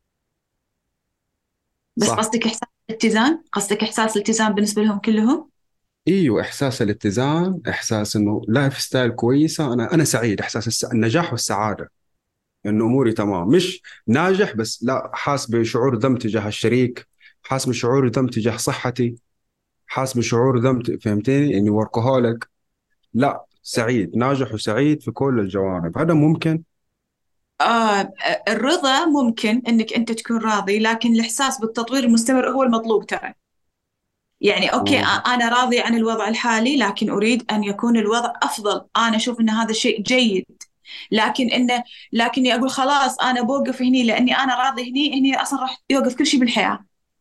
بس صح. قصدك إحساس الاتزان، قصدك إحساس الاتزان بالنسبة لهم كلهم؟ ايوه، احساس الاتزان، احساس انه لايف ستايل كويسه، انا انا سعيد، احساس الس... النجاح والسعاده، انه اموري تمام، مش ناجح بس، لا، حاس بشعور ذنب تجاه الشريك، حاس بشعور ذنب تجاه صحتي، حاس بشعور ذنب ت- فهمتني، اني وركهوليك. لا، سعيد، ناجح وسعيد في كل الجوانب. هذا ممكن. آه الرضا ممكن إنك أنت تكون راضي، لكن الإحساس بالتطوير المستمر هو المطلوب ترى. يعني أوكي، آه. آ- أنا راضي عن الوضع الحالي، لكن أريد أن يكون الوضع أفضل. أنا أشوف أن هذا شيء جيد، لكن إنه لكني أقول خلاص أنا بوقف هني لأني أنا راضي هني، هني أصلا راح يوقف كل شيء بالحياة.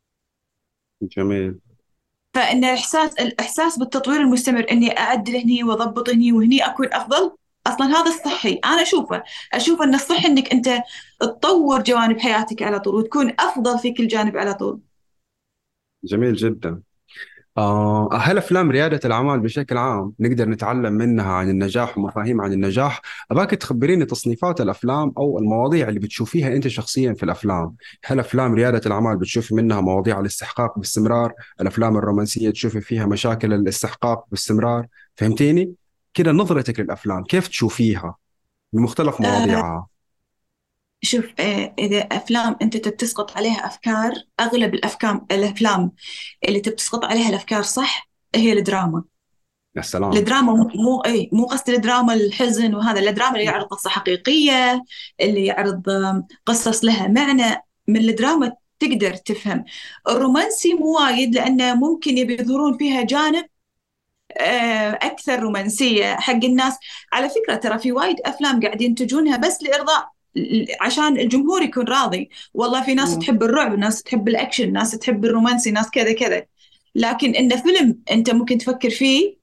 جميل. فإن الإحساس الإحساس بالتطوير المستمر، إني أعدل هني وأضبط هني وهني أكون أفضل، أصلا هذا الصحي. أنا أشوفه أشوف أن الصحي إنك أنت تطور جوانب حياتك على طول وتكون أفضل في كل جانب على طول. جميل جدا. آه، هل أفلام ريادة الأعمال بشكل عام نقدر نتعلم منها عن النجاح ومفاهيم عن النجاح؟ أباك تخبريني تصنيفات الأفلام أو المواضيع اللي بتشوفيها أنت شخصيا في الأفلام. هل أفلام ريادة الأعمال بتشوفي منها مواضيع الاستحقاق باستمرار؟ الأفلام الرومانسية تشوفي فيها مشاكل الاستحقاق باستمرار؟ فهمتيني؟ كده نظرتك للأفلام كيف تشوفيها بمختلف آه مواضيعها؟ شوف، آه إذا أفلام أنت تسقط عليها أفكار، أغلب الأفكار الأفلام اللي تسقط عليها الأفكار صح هي الدراما. يا سلام. الدراما مو مو اي مو قصدي الدراما الحزن وهذا، الدراما اللي يعرض قصة حقيقية، اللي يعرض آم، قصص لها معنى. من الدراما تقدر تفهم. الرومانسي مو وايد، لأنه ممكن يبي يظهرون فيها جانب آه، أكثر رومانسية حق الناس. على فكرة ترى في وايد أفلام قاعد ينتجونها بس لإرضاء، عشان الجمهور يكون راضي. والله في ناس مم. تحب الرعب، ناس تحب الأكشن، ناس تحب الرومانسي، ناس كذا كذا. لكن إنه فيلم أنت ممكن تفكر فيه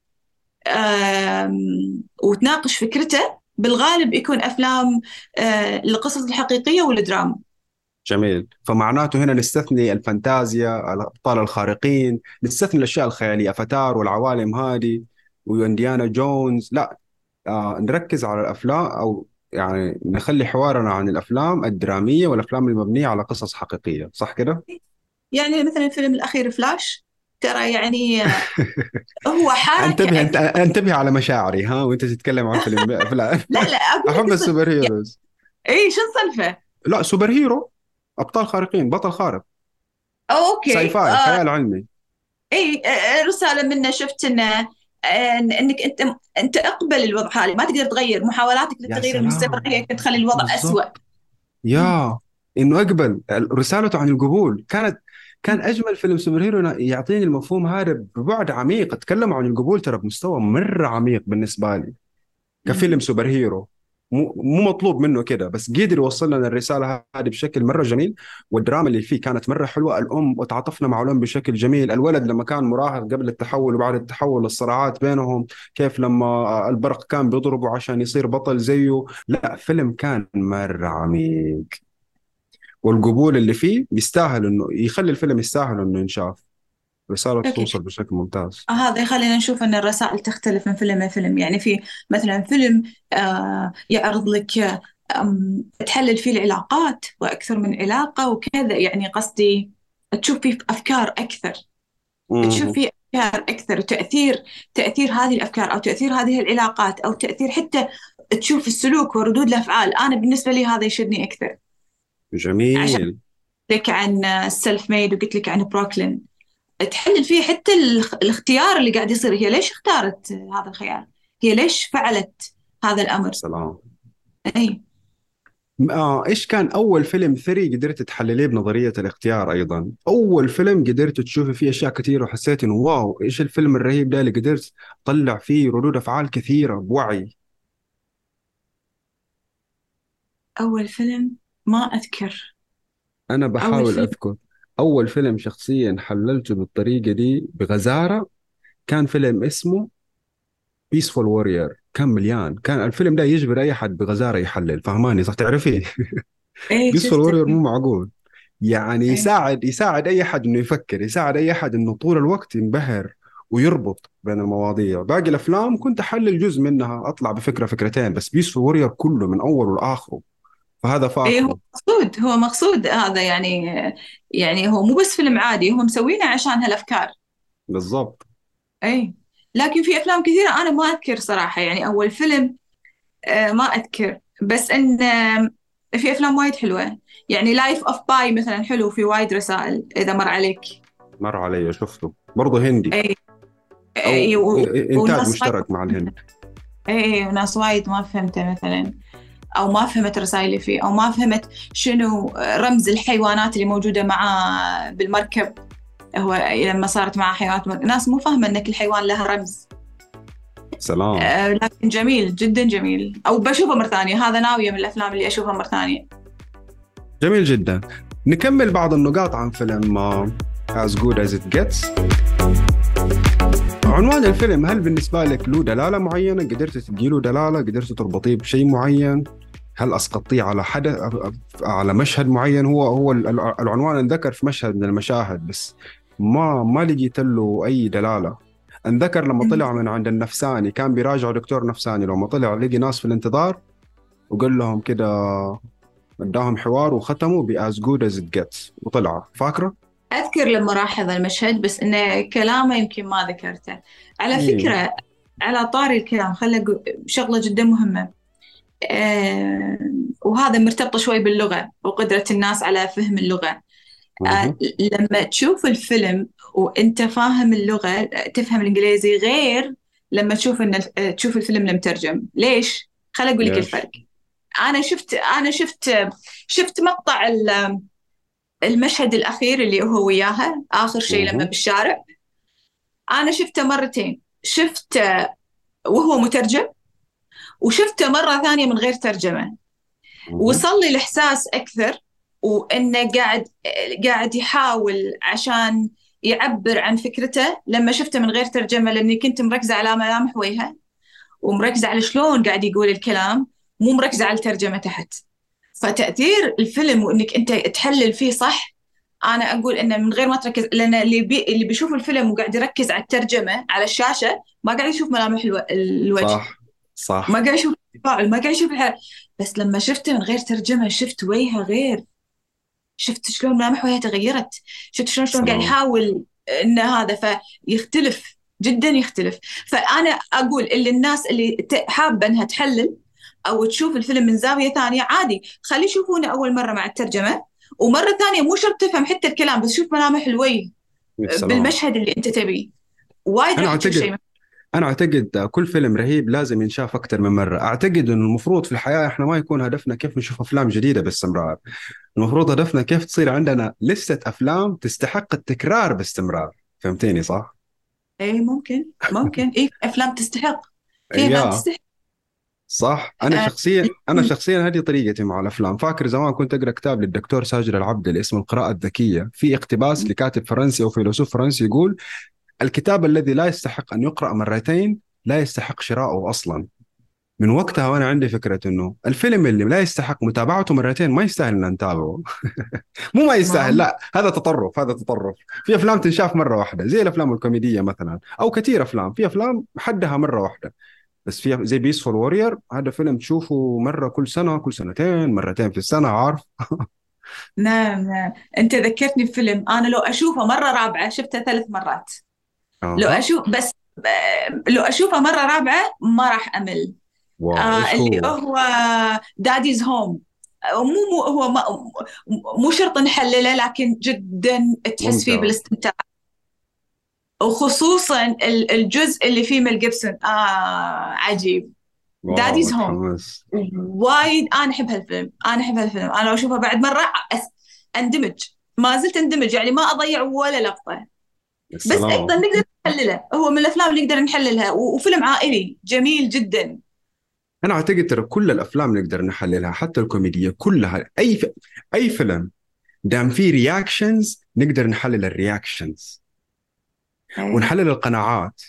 آم، وتناقش فكرته، بالغالب يكون أفلام آه، القصص الحقيقية والدراما. جميل. فمعناته هنا نستثني الفانتازيا، الأبطال الخارقين، نستثني الأشياء الخيالية، أفاتار والعوالم هذه وإنديانا جونز، لا. آه نركز على الأفلام، أو يعني نخلي حوارنا عن الأفلام الدرامية والأفلام المبنية على قصص حقيقية، صح كده؟ يعني مثلا الفيلم الأخير فلاش، ترى يعني آه، هو حركة انتبه انت، أكثر. انتبه على مشاعري ها وانت تتكلم عن فيلم فلا. لا لا، أقول لك احب الصدق السوبر يعني. هيروز. إيه شو السالفة؟ لا، سوبر هيرو، ابطال خارقين، بطل خارق، ساي أوكي فاي، آه خيال علمي. إيه آه، رسالة منه شفت إنه آه، إنك أنت أنت اقبل الوضع الحالي، ما تقدر تغير. محاولاتك يا للتغيير المستمر سلام. هي تخلي الوضع أسوأ. بالضبط. يا انه اقبل. رسالته عن القبول كانت، كان مم. اجمل فيلم سوبر هيرو يعطيني المفهوم هذا ببعد عميق. اتكلم عن القبول ترى بمستوى مره عميق بالنسبه لي كفيلم مم. سوبر هيرو. مو مو مطلوب منه كده، بس قدر يوصل لنا الرساله هذه بشكل مره جميل. والدراما اللي فيه كانت مره حلوه. الام، وتعاطفنا مع الام بشكل جميل. الولد لما كان مراهق قبل التحول وبعد التحول، الصراعات بينهم، كيف لما البرق كان بيضربه عشان يصير بطل زيه. لا، فيلم كان مره عميق. والقبول اللي فيه يستاهل انه يخلي الفيلم يستاهل انه ينشاف. رسالة أوكي، توصل بشكل ممتاز. هذا يخلينا نشوف أن الرسائل تختلف من فيلم لفيلم. يعني في مثلا فيلم آه يعرض لك آم، تحلل فيه العلاقات وأكثر من علاقة وكذا، يعني قصدي تشوف فيه أفكار أكثر، تشوف مم. فيه أفكار أكثر، وتأثير تأثير هذه الأفكار أو تأثير هذه العلاقات أو تأثير حتى تشوف السلوك وردود الأفعال. أنا بالنسبة لي هذا يشدني أكثر. عشان جميل. لك عن السلف ميد، وقلت لك عن بروكلين. تحلل فيه حتى الاخ- الاختيار اللي قاعد يصير، هي ليش اختارت هذا الخيار، هي ليش فعلت هذا الأمر. سلام. أي. آه إيش كان أول فيلم ثري قدرت تحلليه بنظرية الاختيار؟ أيضا أول فيلم قدرت تشوفي فيه أشياء كثيرة وحسيت إنه واو، إيش الفيلم الرهيب ده اللي قدرت تطلع فيه ردود أفعال كثيرة بوعي. أول فيلم ما أذكر. أنا أول بحاول فيلم. أذكر. أول فيلم شخصيا حللته بالطريقة دي بغزارة كان فيلم اسمه بيسفول وورير، كان مليان، كان الفيلم ده يجبر أي حد بغزارة يحلل، فهماني صح تعرفيه؟ إيه بيسفول شفته. وورير مو معقول. يعني إيه. يساعد يساعد اي حد انه يفكر، يساعد اي حد انه طول الوقت ينبهر ويربط بين المواضيع. باقي الافلام كنت احلل جزء منها اطلع بفكره فكرتين، بس بيس وورير كله من اوله لاخره، فهذا إيه هو فاخره. مقصود، هو مقصود هذا يعني. يعني هو مو بس فيلم عادي، هم مسوينه عشان هالأفكار. بالضبط. إيه. لكن في أفلام كثيرة أنا ما أذكر صراحة، يعني أول فيلم آه ما أذكر، بس إن آه في أفلام وايد حلوة. يعني لايف أوف باي مثلا حلو، في وايد رسائل إذا مر عليك. مر علي شفته برضه هندي، إيه. إيه او و- انتاج وناس وايد. مشترك مع الهند. إيه وناس وايد ما فهمته مثلا، أو ما فهمت رسائل اللي فيه، أو ما فهمت شنو رمز الحيوانات اللي موجودة معاه بالمركب. هو لما صارت معاه حيوانات مر... ناس مو فاهمة أن كل حيوان له رمز. سلام. آه لكن جميل جدا جميل، أو بشوفه مرة ثانية، هذا ناوية من الأفلام اللي أشوفها مرة ثانية. جميل جدا. نكمل بعض النقاط عن فيلم آه، As Good As It Gets. عنوان الفيلم هل بالنسبة لك له دلالة معينة؟ قدرت تديله دلالة؟ قدرت تربطيه بشيء معين؟ هل أسقطتيه على حدث، على مشهد معين؟ هو هو العنوان انذكر في مشهد من المشاهد، بس ما ما لقيت له أي دلالة. انذكر لما طلع من عند النفساني، كان بيراجعوا دكتور نفساني، لما طلع لقي ناس في الانتظار وقال لهم كده، اداهم حوار وختموا ب as good as it gets وطلع. فاكرة؟ أذكر لما راح هذا المشهد، بس إنه كلامه يمكن ما ذكرته. على إيه. فكرة، على طاري الكلام، خلنا أقول شغلة جدا مهمة. آه وهذا مرتبطة شوي باللغة وقدرة الناس على فهم اللغة. آه مه. لما تشوف الفيلم وأنت فاهم اللغة، تفهم الإنجليزي، غير لما تشوف إن تشوف الفيلم المترجم. ليش؟ خلنا أقول لك ليش؟ الفرق. أنا شفت أنا شفت شفت مقطع ال- المشهد الأخير اللي هو وياها آخر شيء لما مه. بالشارع. أنا شفته مرتين، شفته وهو مترجم، وشفته مرة ثانية من غير ترجمة. مه. وصل لي الإحساس أكثر، وإنه قاعد قاعد يحاول عشان يعبر عن فكرته لما شفته من غير ترجمة، لأني كنت مركزة على ملامح وجهه، ومركزة على شلون قاعد يقول الكلام، مو مركزة على الترجمة تحت. فتأثير الفيلم وإنك أنت تحلل فيه صح، أنا أقول إنه من غير ما تركز، لأن اللي بي اللي بيشوف الفيلم وقاعد يركز على الترجمة على الشاشة ما قاعد يشوف ملامح الو... الوجه، صح ما صح. قاعد يشوف التفاعل، ما قاعد يشوف الحركة. بس لما شفته من غير ترجمة، شفت وجهه غير، شفت شلون ملامح وجهه تغيرت، شفت شلون شلون قاعد سلام. يحاول إن هذا، فيختلف جدا يختلف. فأنا أقول اللي الناس اللي ت- حابة إنها تحلل أو تشوف الفيلم من زاوية ثانية، عادي خلي يشوفونه أول مرة مع الترجمة، ومرة ثانية مو شرط تفهم حتى الكلام، بس شوف ملامح الوجه سلام. بالمشهد اللي أنت تبيه، وايد أنا راح تشوف أعتقد شيء. أنا أعتقد كل فيلم رهيب لازم ينشاف أكثر من مرة. أعتقد إنه المفروض في الحياة إحنا ما يكون هدفنا كيف نشوف أفلام جديدة باستمرار، المفروض هدفنا كيف تصير عندنا لستة أفلام تستحق التكرار باستمرار. فهمتيني صح؟ إيه ممكن ممكن إيه أفلام تستحق، في أفلام يا تستحق. صح. أنا آه. شخصيا أنا شخصيا هذه طريقتي مع الأفلام. فاكر زمان كنت أقرأ كتاب للدكتور ساجد العبد اللي اسمه القراءة الذكية، في اقتباس لكاتب فرنسي أو فيلسوف فرنسي يقول: الكتاب الذي لا يستحق أن يقرأ مرتين لا يستحق شراؤه أصلا. من وقتها وأنا عندي فكرة إنه الفيلم اللي لا يستحق متابعته مرتين ما يستاهل أن نتابعه. مو ما يستاهل، ما لا، هذا تطرف، هذا تطرف. في أفلام تنشاف مرة واحدة زي الأفلام الكوميدية مثلا، أو كثير أفلام، في أفلام حدها مرة واحدة. بس في زي بيسفول وورير، هذا فيلم تشوفه مرة كل سنة، كل سنتين، مرتين في السنة، عارف. نعم نعم، أنت ذكرتني بفيلم أنا لو أشوفه مرة رابعة شفته ثلاث مرات. لو أها. أشوف بس آه، لو أشوفه مرة رابعة ما راح أمل. واو، آه إيش اللي هو؟ هو داديز هوم. مو مو هو ما مو شرط نحلله، لكن جدا تحس فيه ممتع. بالاستمتاع. وخصوصا ال- الجزء اللي فيه ميل جيبسون، آه عجيب. واو داديز هوم. متحمس. وايد انا احب هالفيلم، انا احب هالفيلم، انا لو اشوفه بعد مره أس... اندمج، ما زلت اندمج، يعني ما اضيع ولا لقطه. بس ايضا السلام. نقدر نحلله، هو من الافلام اللي نقدر نحللها، و... وفيلم عائلي جميل جدا. انا اعتقد ترى كل الافلام نقدر نحللها، حتى الكوميديه كلها. اي ف... اي فيلم دام فيه رياكشنز نقدر نحلل الرياكشنز، ايه ونحلل القناعات،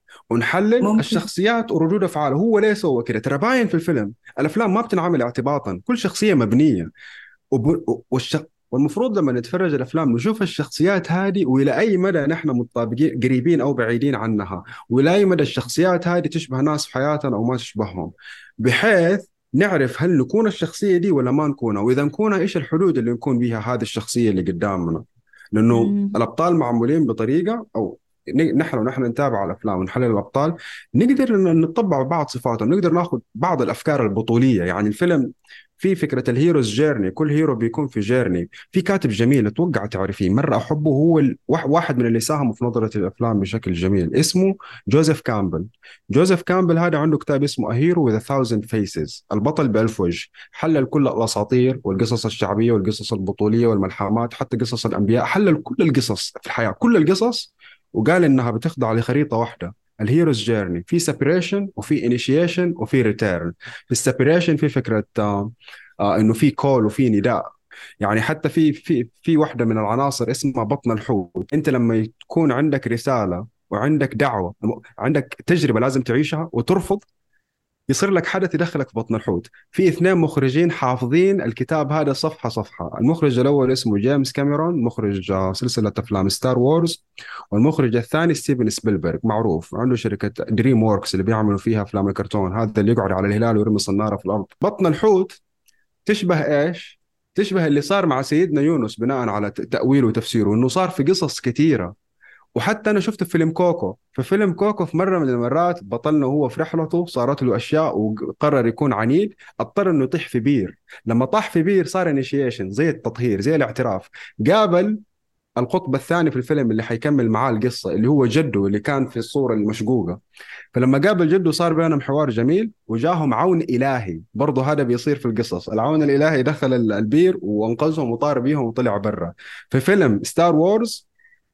ونحلل ممكن. الشخصيات وردود افعاله. هو ليه سوى كذا؟ ترى باين في الفيلم. الافلام ما بتنعمل اعتباطا، كل شخصيه مبنيه. وب... والش... والمفروض لما نتفرج الافلام نشوف الشخصيات هذه والى اي مدى نحن متطابقين، قريبين او بعيدين عنها، والى اي مدى الشخصيات هذه تشبه ناس في حياتنا او ما تشبههم، بحيث نعرف هل نكون الشخصيه دي ولا ما نكونها، واذا نكونها ايش الحدود اللي نكون بها هذه الشخصيه اللي قدامنا. لانه مم. الابطال معمولين بطريقه، او ن- نحن ونحن نتابع الافلام ونحلل الابطال نقدر إن نطبع بعض صفاتهم، نقدر ناخذ بعض الافكار البطوليه. يعني الفيلم في فكرة الهيروز جيرني، كل هيرو بيكون في جيرني. في كاتب جميل أتوقع تعرفيه، مرة أحبه، هو ال... واح- واحد من اللي ساهموا في نظرة الأفلام بشكل جميل، اسمه جوزيف كامبل. جوزيف كامبل هذا عنده كتاب اسمه A Hero with a Thousand Faces، البطل بألف وجه. حلل كل الأساطير والقصص الشعبية والقصص البطولية والملحمات، حتى قصص الأنبياء، حلل كل القصص في الحياة، كل القصص، وقال إنها بتخضع لخريطة واحدة، الهيروز جيرني. في سيبريشن وفي انيشيشن وفي ريتيرن. في السيبريشن في فكرة آه، آه انه في كول وفي نداء. يعني حتى في في في واحده من العناصر اسمها بطن الحوت. انت لما تكون عندك رساله وعندك دعوه، عندك تجربه لازم تعيشها وترفض، يصير لك حدث يدخلك في بطن الحوت. في اثنين مخرجين حافظين الكتاب هذا صفحه صفحه. المخرج الاول اسمه جيمس كاميرون، مخرج آه، سلسله افلام ستار وورز. والمخرج الثاني ستيفن سبيلبرغ، معروف عنده شركه دريم ووركس اللي بيعملوا فيها افلام الكرتون، هذا اللي يقعد على الهلال ويرمي صناره في الارض. بطن الحوت تشبه ايش؟ تشبه اللي صار مع سيدنا يونس بناء على ت- تأويله وتفسيره، انه صار في قصص كثيرة. وحتى انا شفت في فيلم كوكو، في فيلم كوكو في مرة من المرات بطلنا وهو في رحلته صارت له اشياء وقرر يكون عنيد، اضطر انه يطيح في بير. لما طاح في بير صار انيشيشن، زي التطهير، زي الاعتراف. قابل القطب الثاني في الفيلم اللي حيكمل معاه القصة، اللي هو جده اللي كان في الصورة المشقوقة. فلما قابل جده صار بينهم حوار جميل، وجاهم عون إلهي. برضه هذا بيصير في القصص، العون الإلهي دخل ال- البير وانقذهم وطار بيهم وطلع برا. في فيلم ستار وورز،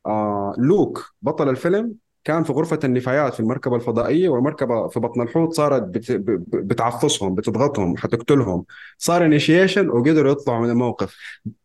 آه لوك بطل الفيلم كان في غرفة النفايات في المركبة الفضائية، والمركبة في بطن الحوت صارت بت... ب- ب- بتعفصهم، بتضغطهم، حتقتلهم. صار انيشيشن وقدروا يطلعوا من الموقف.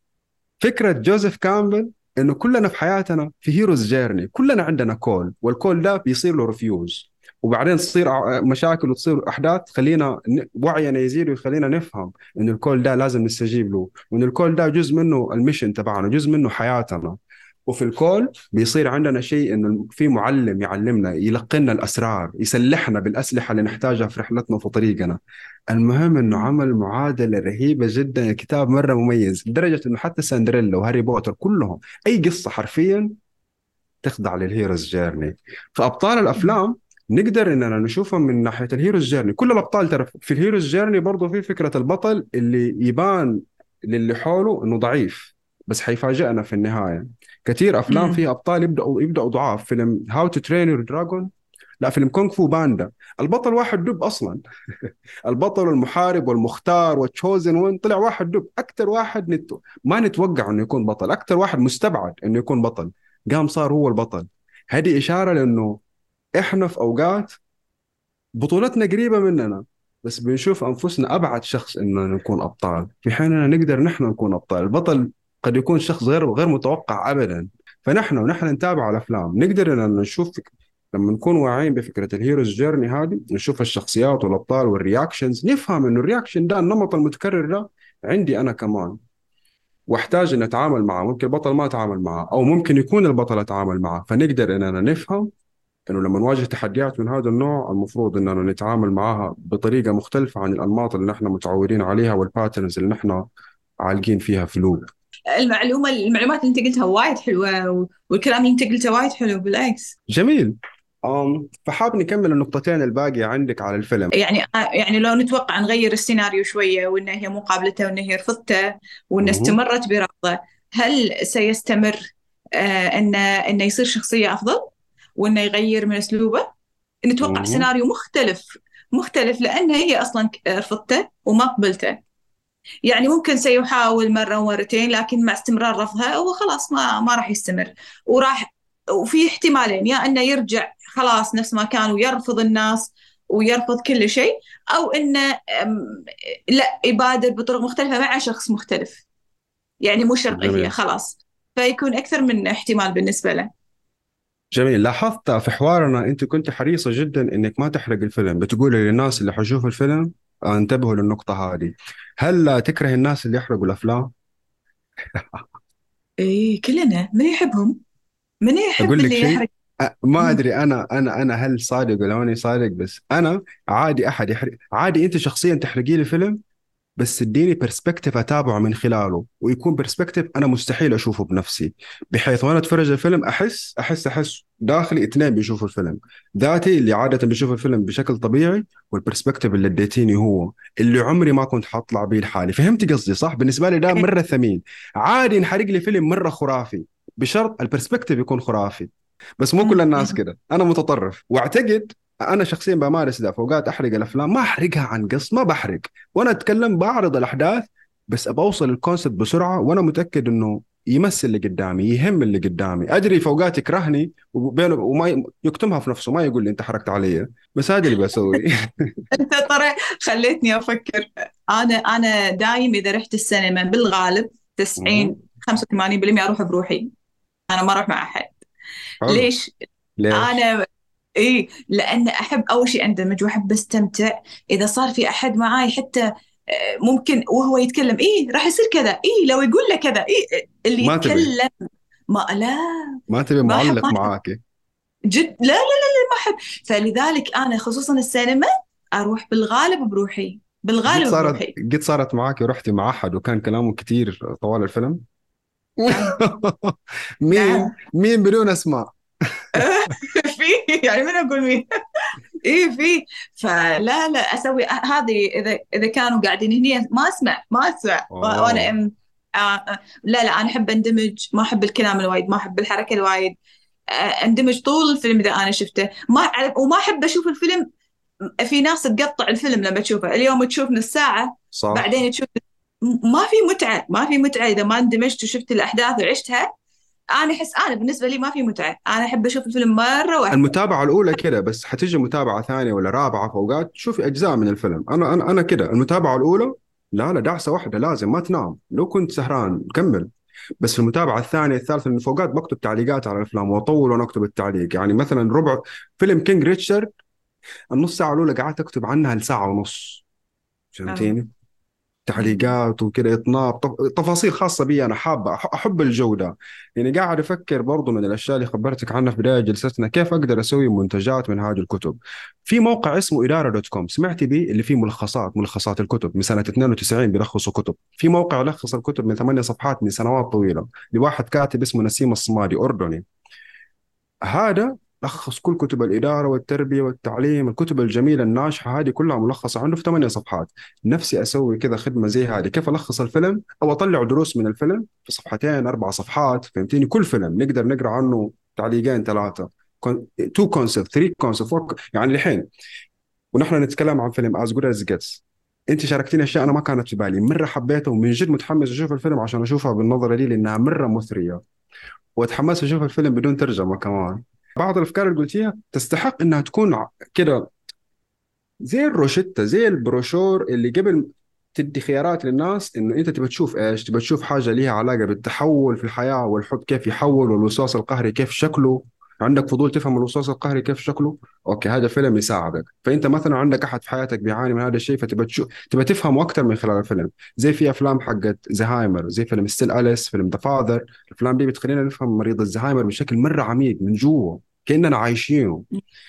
فكرة جوزيف كامبل انه كلنا في حياتنا في هيروز جيرني، كلنا عندنا كول، والكول ده بيصير له ريفيوز، وبعدين تصير ع- مشاكل وتصير احداث تخلينا ن- وعينا يزيد ويخلينا نفهم انه الكول ده لازم نستجيب له، وان الكول ده جزء منه الميشن تبعنا، جزء منه حياتنا. وفي الكول بيصير عندنا شيء انه في معلم يعلمنا، يلقنا الاسرار، يسلحنا بالاسلحه اللي نحتاجها في رحلتنا وفي طريقنا. المهم انه عمل معادله رهيبه جدا. الكتاب مره مميز لدرجه انه حتى سندريلا وهاري بوتر كلهم اي قصه حرفيا تخضع للهيروز جيرني. فابطال الافلام نقدر اننا نشوفهم من ناحيه الهيروز جيرني. كل الابطال ترى في الهيروز جيرني برضه في فكره البطل اللي يبان للي حوله انه ضعيف، بس حيفاجئنا في النهايه. كثير افلام مم. فيها ابطال يبداوا يبداوا ضعاف. فيلم هاو تو ترين يور دراجون، لا فيلم كونغ فو باندا، البطل واحد دب اصلا. البطل والمحارب والمختار والتشوزن وين طلع واحد دب، اكثر واحد نت... ما نتوقع انه يكون بطل، اكثر واحد مستبعد انه يكون بطل، قام صار هو البطل. هذه اشاره لانه احنا في اوقات بطولتنا قريبه مننا، بس بنشوف انفسنا ابعد شخص انه نكون ابطال، في حين اننا نقدر نحن نكون ابطال. البطل قد يكون شخص غير غير متوقع ابدا. فنحن ونحن نتابع الافلام نقدر ان نشوف، لما نكون واعيين بفكره الهيروز جيرني هذه، نشوف الشخصيات والابطال والرياكشنز، نفهم انه الرياكشن ده، النمط المتكرر ده عندي انا كمان، واحتاج ان اتعامل معه. ممكن البطل ما اتعامل معه، او ممكن يكون البطل اتعامل معه. فنقدر اننا نفهم انه لما نواجه تحديات من هذا النوع المفروض اننا نتعامل معها بطريقه مختلفه عن الانماط اللي نحن متعودين عليها والباترنز اللي نحن عالقين فيها في لوب. المعلومة المعلومات اللي انت قلتها وايد حلوة، و- والكلام اللي انت قلته وايد حلو بالعكس. جميل. أم فحاب نكمل النقطتين الباقية عندك على الفيلم. يعني يعني لو نتوقع نغير السيناريو شوية، وإن هي مو قابلته وإن هي رفضته وإن مه. استمرت برفضه، هل سيستمر آه إنه إنه يصير شخصية أفضل وإنه يغير من أسلوبه؟ نتوقع مه. سيناريو مختلف، مختلف لأن هي أصلا رفضته وما قبلته. يعني ممكن سيحاول مرة ومرتين، لكن مع استمرار رفضها هو خلاص ما ما راح يستمر، وراح. وفي احتمالين، يا انه يرجع خلاص نفس ما كان ويرفض الناس ويرفض كل شيء، او انه أم، لا يبادر بطرق مختلفة مع شخص مختلف، يعني مو شرط هي جميل. خلاص. فيكون اكثر من احتمال بالنسبة له. جميل. لاحظت في حوارنا أنت كنت حريصة جدا إنك ما تحرق الفيلم، بتقولي للناس اللي حيشوفوا الفيلم آه، انتبهوا للنقطة هذه. هل تكره الناس اللي يحرقوا الأفلام؟ ايه كلنا، من يحبهم؟ من يحب أقول لك اللي شيء، يحرق؟ أ- ما أدري أنا أنا أنا هل صادق ولا ماني صادق، بس أنا عادي أحد يحرق، عادي أنت شخصيا تحرقي لي فيلم، بس اديني برسبكتيف اتابعه من خلاله، ويكون برسبكتيف انا مستحيل اشوفه بنفسي، بحيث وانا اتفرج الفيلم احس احس احس داخلي اثنين بيشوفوا الفيلم، ذاتي اللي عاده بيشوف الفيلم بشكل طبيعي، والبرسبكتيف اللي اديتيني هو اللي عمري ما كنت حاطلع بيه لحالي. فهمت قصدي صح؟ بالنسبه لي ده مره ثمين. عادي انحرق لي فيلم مره خرافي، بشرط البرسبكتيف يكون خرافي. بس مو كل الناس كده، انا متطرف واعتقد انا شخصيا بمارس ده. فوقات احرق الافلام، ما احرقها عن قصد، ما بحرق وانا اتكلم، بعرض الاحداث، بس ابى اوصل الكونسبت بسرعه وانا متاكد انه يمثل اللي قدامي، يهم اللي قدامي. ادري فوقات يكرهني وبينه وما ي- يكتمها في نفسه، ما يقول لي انت حركت علي، بس هذا اللي بسوي. انت ترى خليتني افكر. انا انا دايم اذا رحت السينما بالغالب مهم. تسعين خمسة وثمانين بالمئة اروح بروحي، انا ما اروح مع احد. حلو. ليش؟ ليش؟ انا اي لان احب اول شيء اندمج واحب استمتع. اذا صار في احد معاي حتى آه، ممكن وهو يتكلم ايه راح يصير كذا، ايه لو يقول له كذا، ايه اللي ما تبي يتكلم. ما لا ما تبي ما احب ما معلق احب معاك؟ جد لا لا لا لا، ما احب. فلذلك انا خصوصا السينما اروح بالغالب بروحي، قد بالغالب صارت بروحي. قد صارت معاك ورحتي مع احد وكان كلامه كثير طوال الفيلم؟ نعم. مين نعم. مين بدون اسماء؟ في يعني من اقول مين؟ ايه في. فلا لا اسوي هذه، اذا اذا كانوا قاعدين هني ما اسمع ما اسمع وانا اوه. أم- آه آه لا لا انا احب اندمج، ما احب الكلام الوايد، ما احب الحركه الوايد. آه اندمج طول الفيلم اذا انا شفته، ما أعرف- وما احب اشوف الفيلم. في ناس تقطع الفيلم لما تشوفه، اليوم تشوف نص ساعه صح. بعدين تشوف. ما في متعه، ما في متعه اذا ما اندمجت وشفت الاحداث وعشتها. انا احس انا بالنسبه لي ما في متعه، انا احب اشوف الفيلم مره واحده. المتابعة الأولى كده، بس حتيجي متابعة ثانية ولا رابعة فوقات تشوفي أجزاء من الفيلم. أنا أنا أنا كده المتابعة الأولى لا لا دعسة واحدة، لازم ما تنام، لو كنت سهران كمل. بس في المتابعة الثانية الثالثة من فوقات بكتب تعليقات على الأفلام وأطول وأنا أكتب التعليق. يعني مثلا ربع فيلم كينج ريتشارد، النص ساعة الأولى قعدت أكتب عنها لساعة ونص، اه. فهمتيني؟ تعليقات وكذا اطناب تف- تفاصيل خاصه بي انا حابه، أح- احب الجوده. يعني قاعد افكر برضو من الاشياء اللي خبرتك عنها في بدايه جلستنا، كيف اقدر اسوي منتجات من هذه الكتب. في موقع اسمه اداره دوت كوم، سمعتي بيه؟ اللي فيه ملخصات ملخصات الكتب من سنه اثنين وتسعين، بيلخصوا كتب. في موقع يلخص الكتب من ثمانية صفحات من سنوات طويله لواحد كاتب اسمه نسيم الصمادي، اردني. هذا لخص كل كتب الإدارة والتربية والتعليم، الكتب الجميلة الناجحة هذه كلها ملخصة عنده في ثمانية صفحات. نفسي أسوي كذا خدمة زي هذه، كيف ألخص الفيلم أو أطلع دروس من الفيلم في صفحتين أربع صفحات، فهمتيني؟ كل فيلم نقدر نقرأ عنه تعليقين ثلاثة، تو كونسبت ثري كونسبت. يعني الحين ونحن نتكلم عن فيلم از جود از جيتس، انت شاركتيني اشياء انا ما كانت في بالي، مره حبيته ومن جد متحمس اشوف الفيلم عشان اشوفها بالنظره دي لانها مره مثريه، واتحمس اشوف الفيلم بدون ترجمه كمان. بعض الافكار اللي قلتيها تستحق انها تكون ع- كده زي الروشتة، زي البروشور اللي قبل تدي خيارات للناس انه انت تبى تشوف ايش، تبى تشوف حاجه ليها علاقه بالتحول في الحياه والحب كيف يحول، والوسواس القهري كيف شكله. عندك فضول تفهم الوسواس القهري كيف شكله؟ اوكي هذا فيلم يساعدك. فانت مثلا عندك احد في حياتك بيعاني من هذا الشيء، فتبى تشوف، تبى تفهمه اكثر من خلال الفيلم. زي في افلام حقت زهايمر، زي فيلم ستيل اليس، فيلم ذا فاذر. الافلام دي بتخلينا نفهم مريض الزهايمر بشكل مره عميق من جوا، كاننا عايشينه.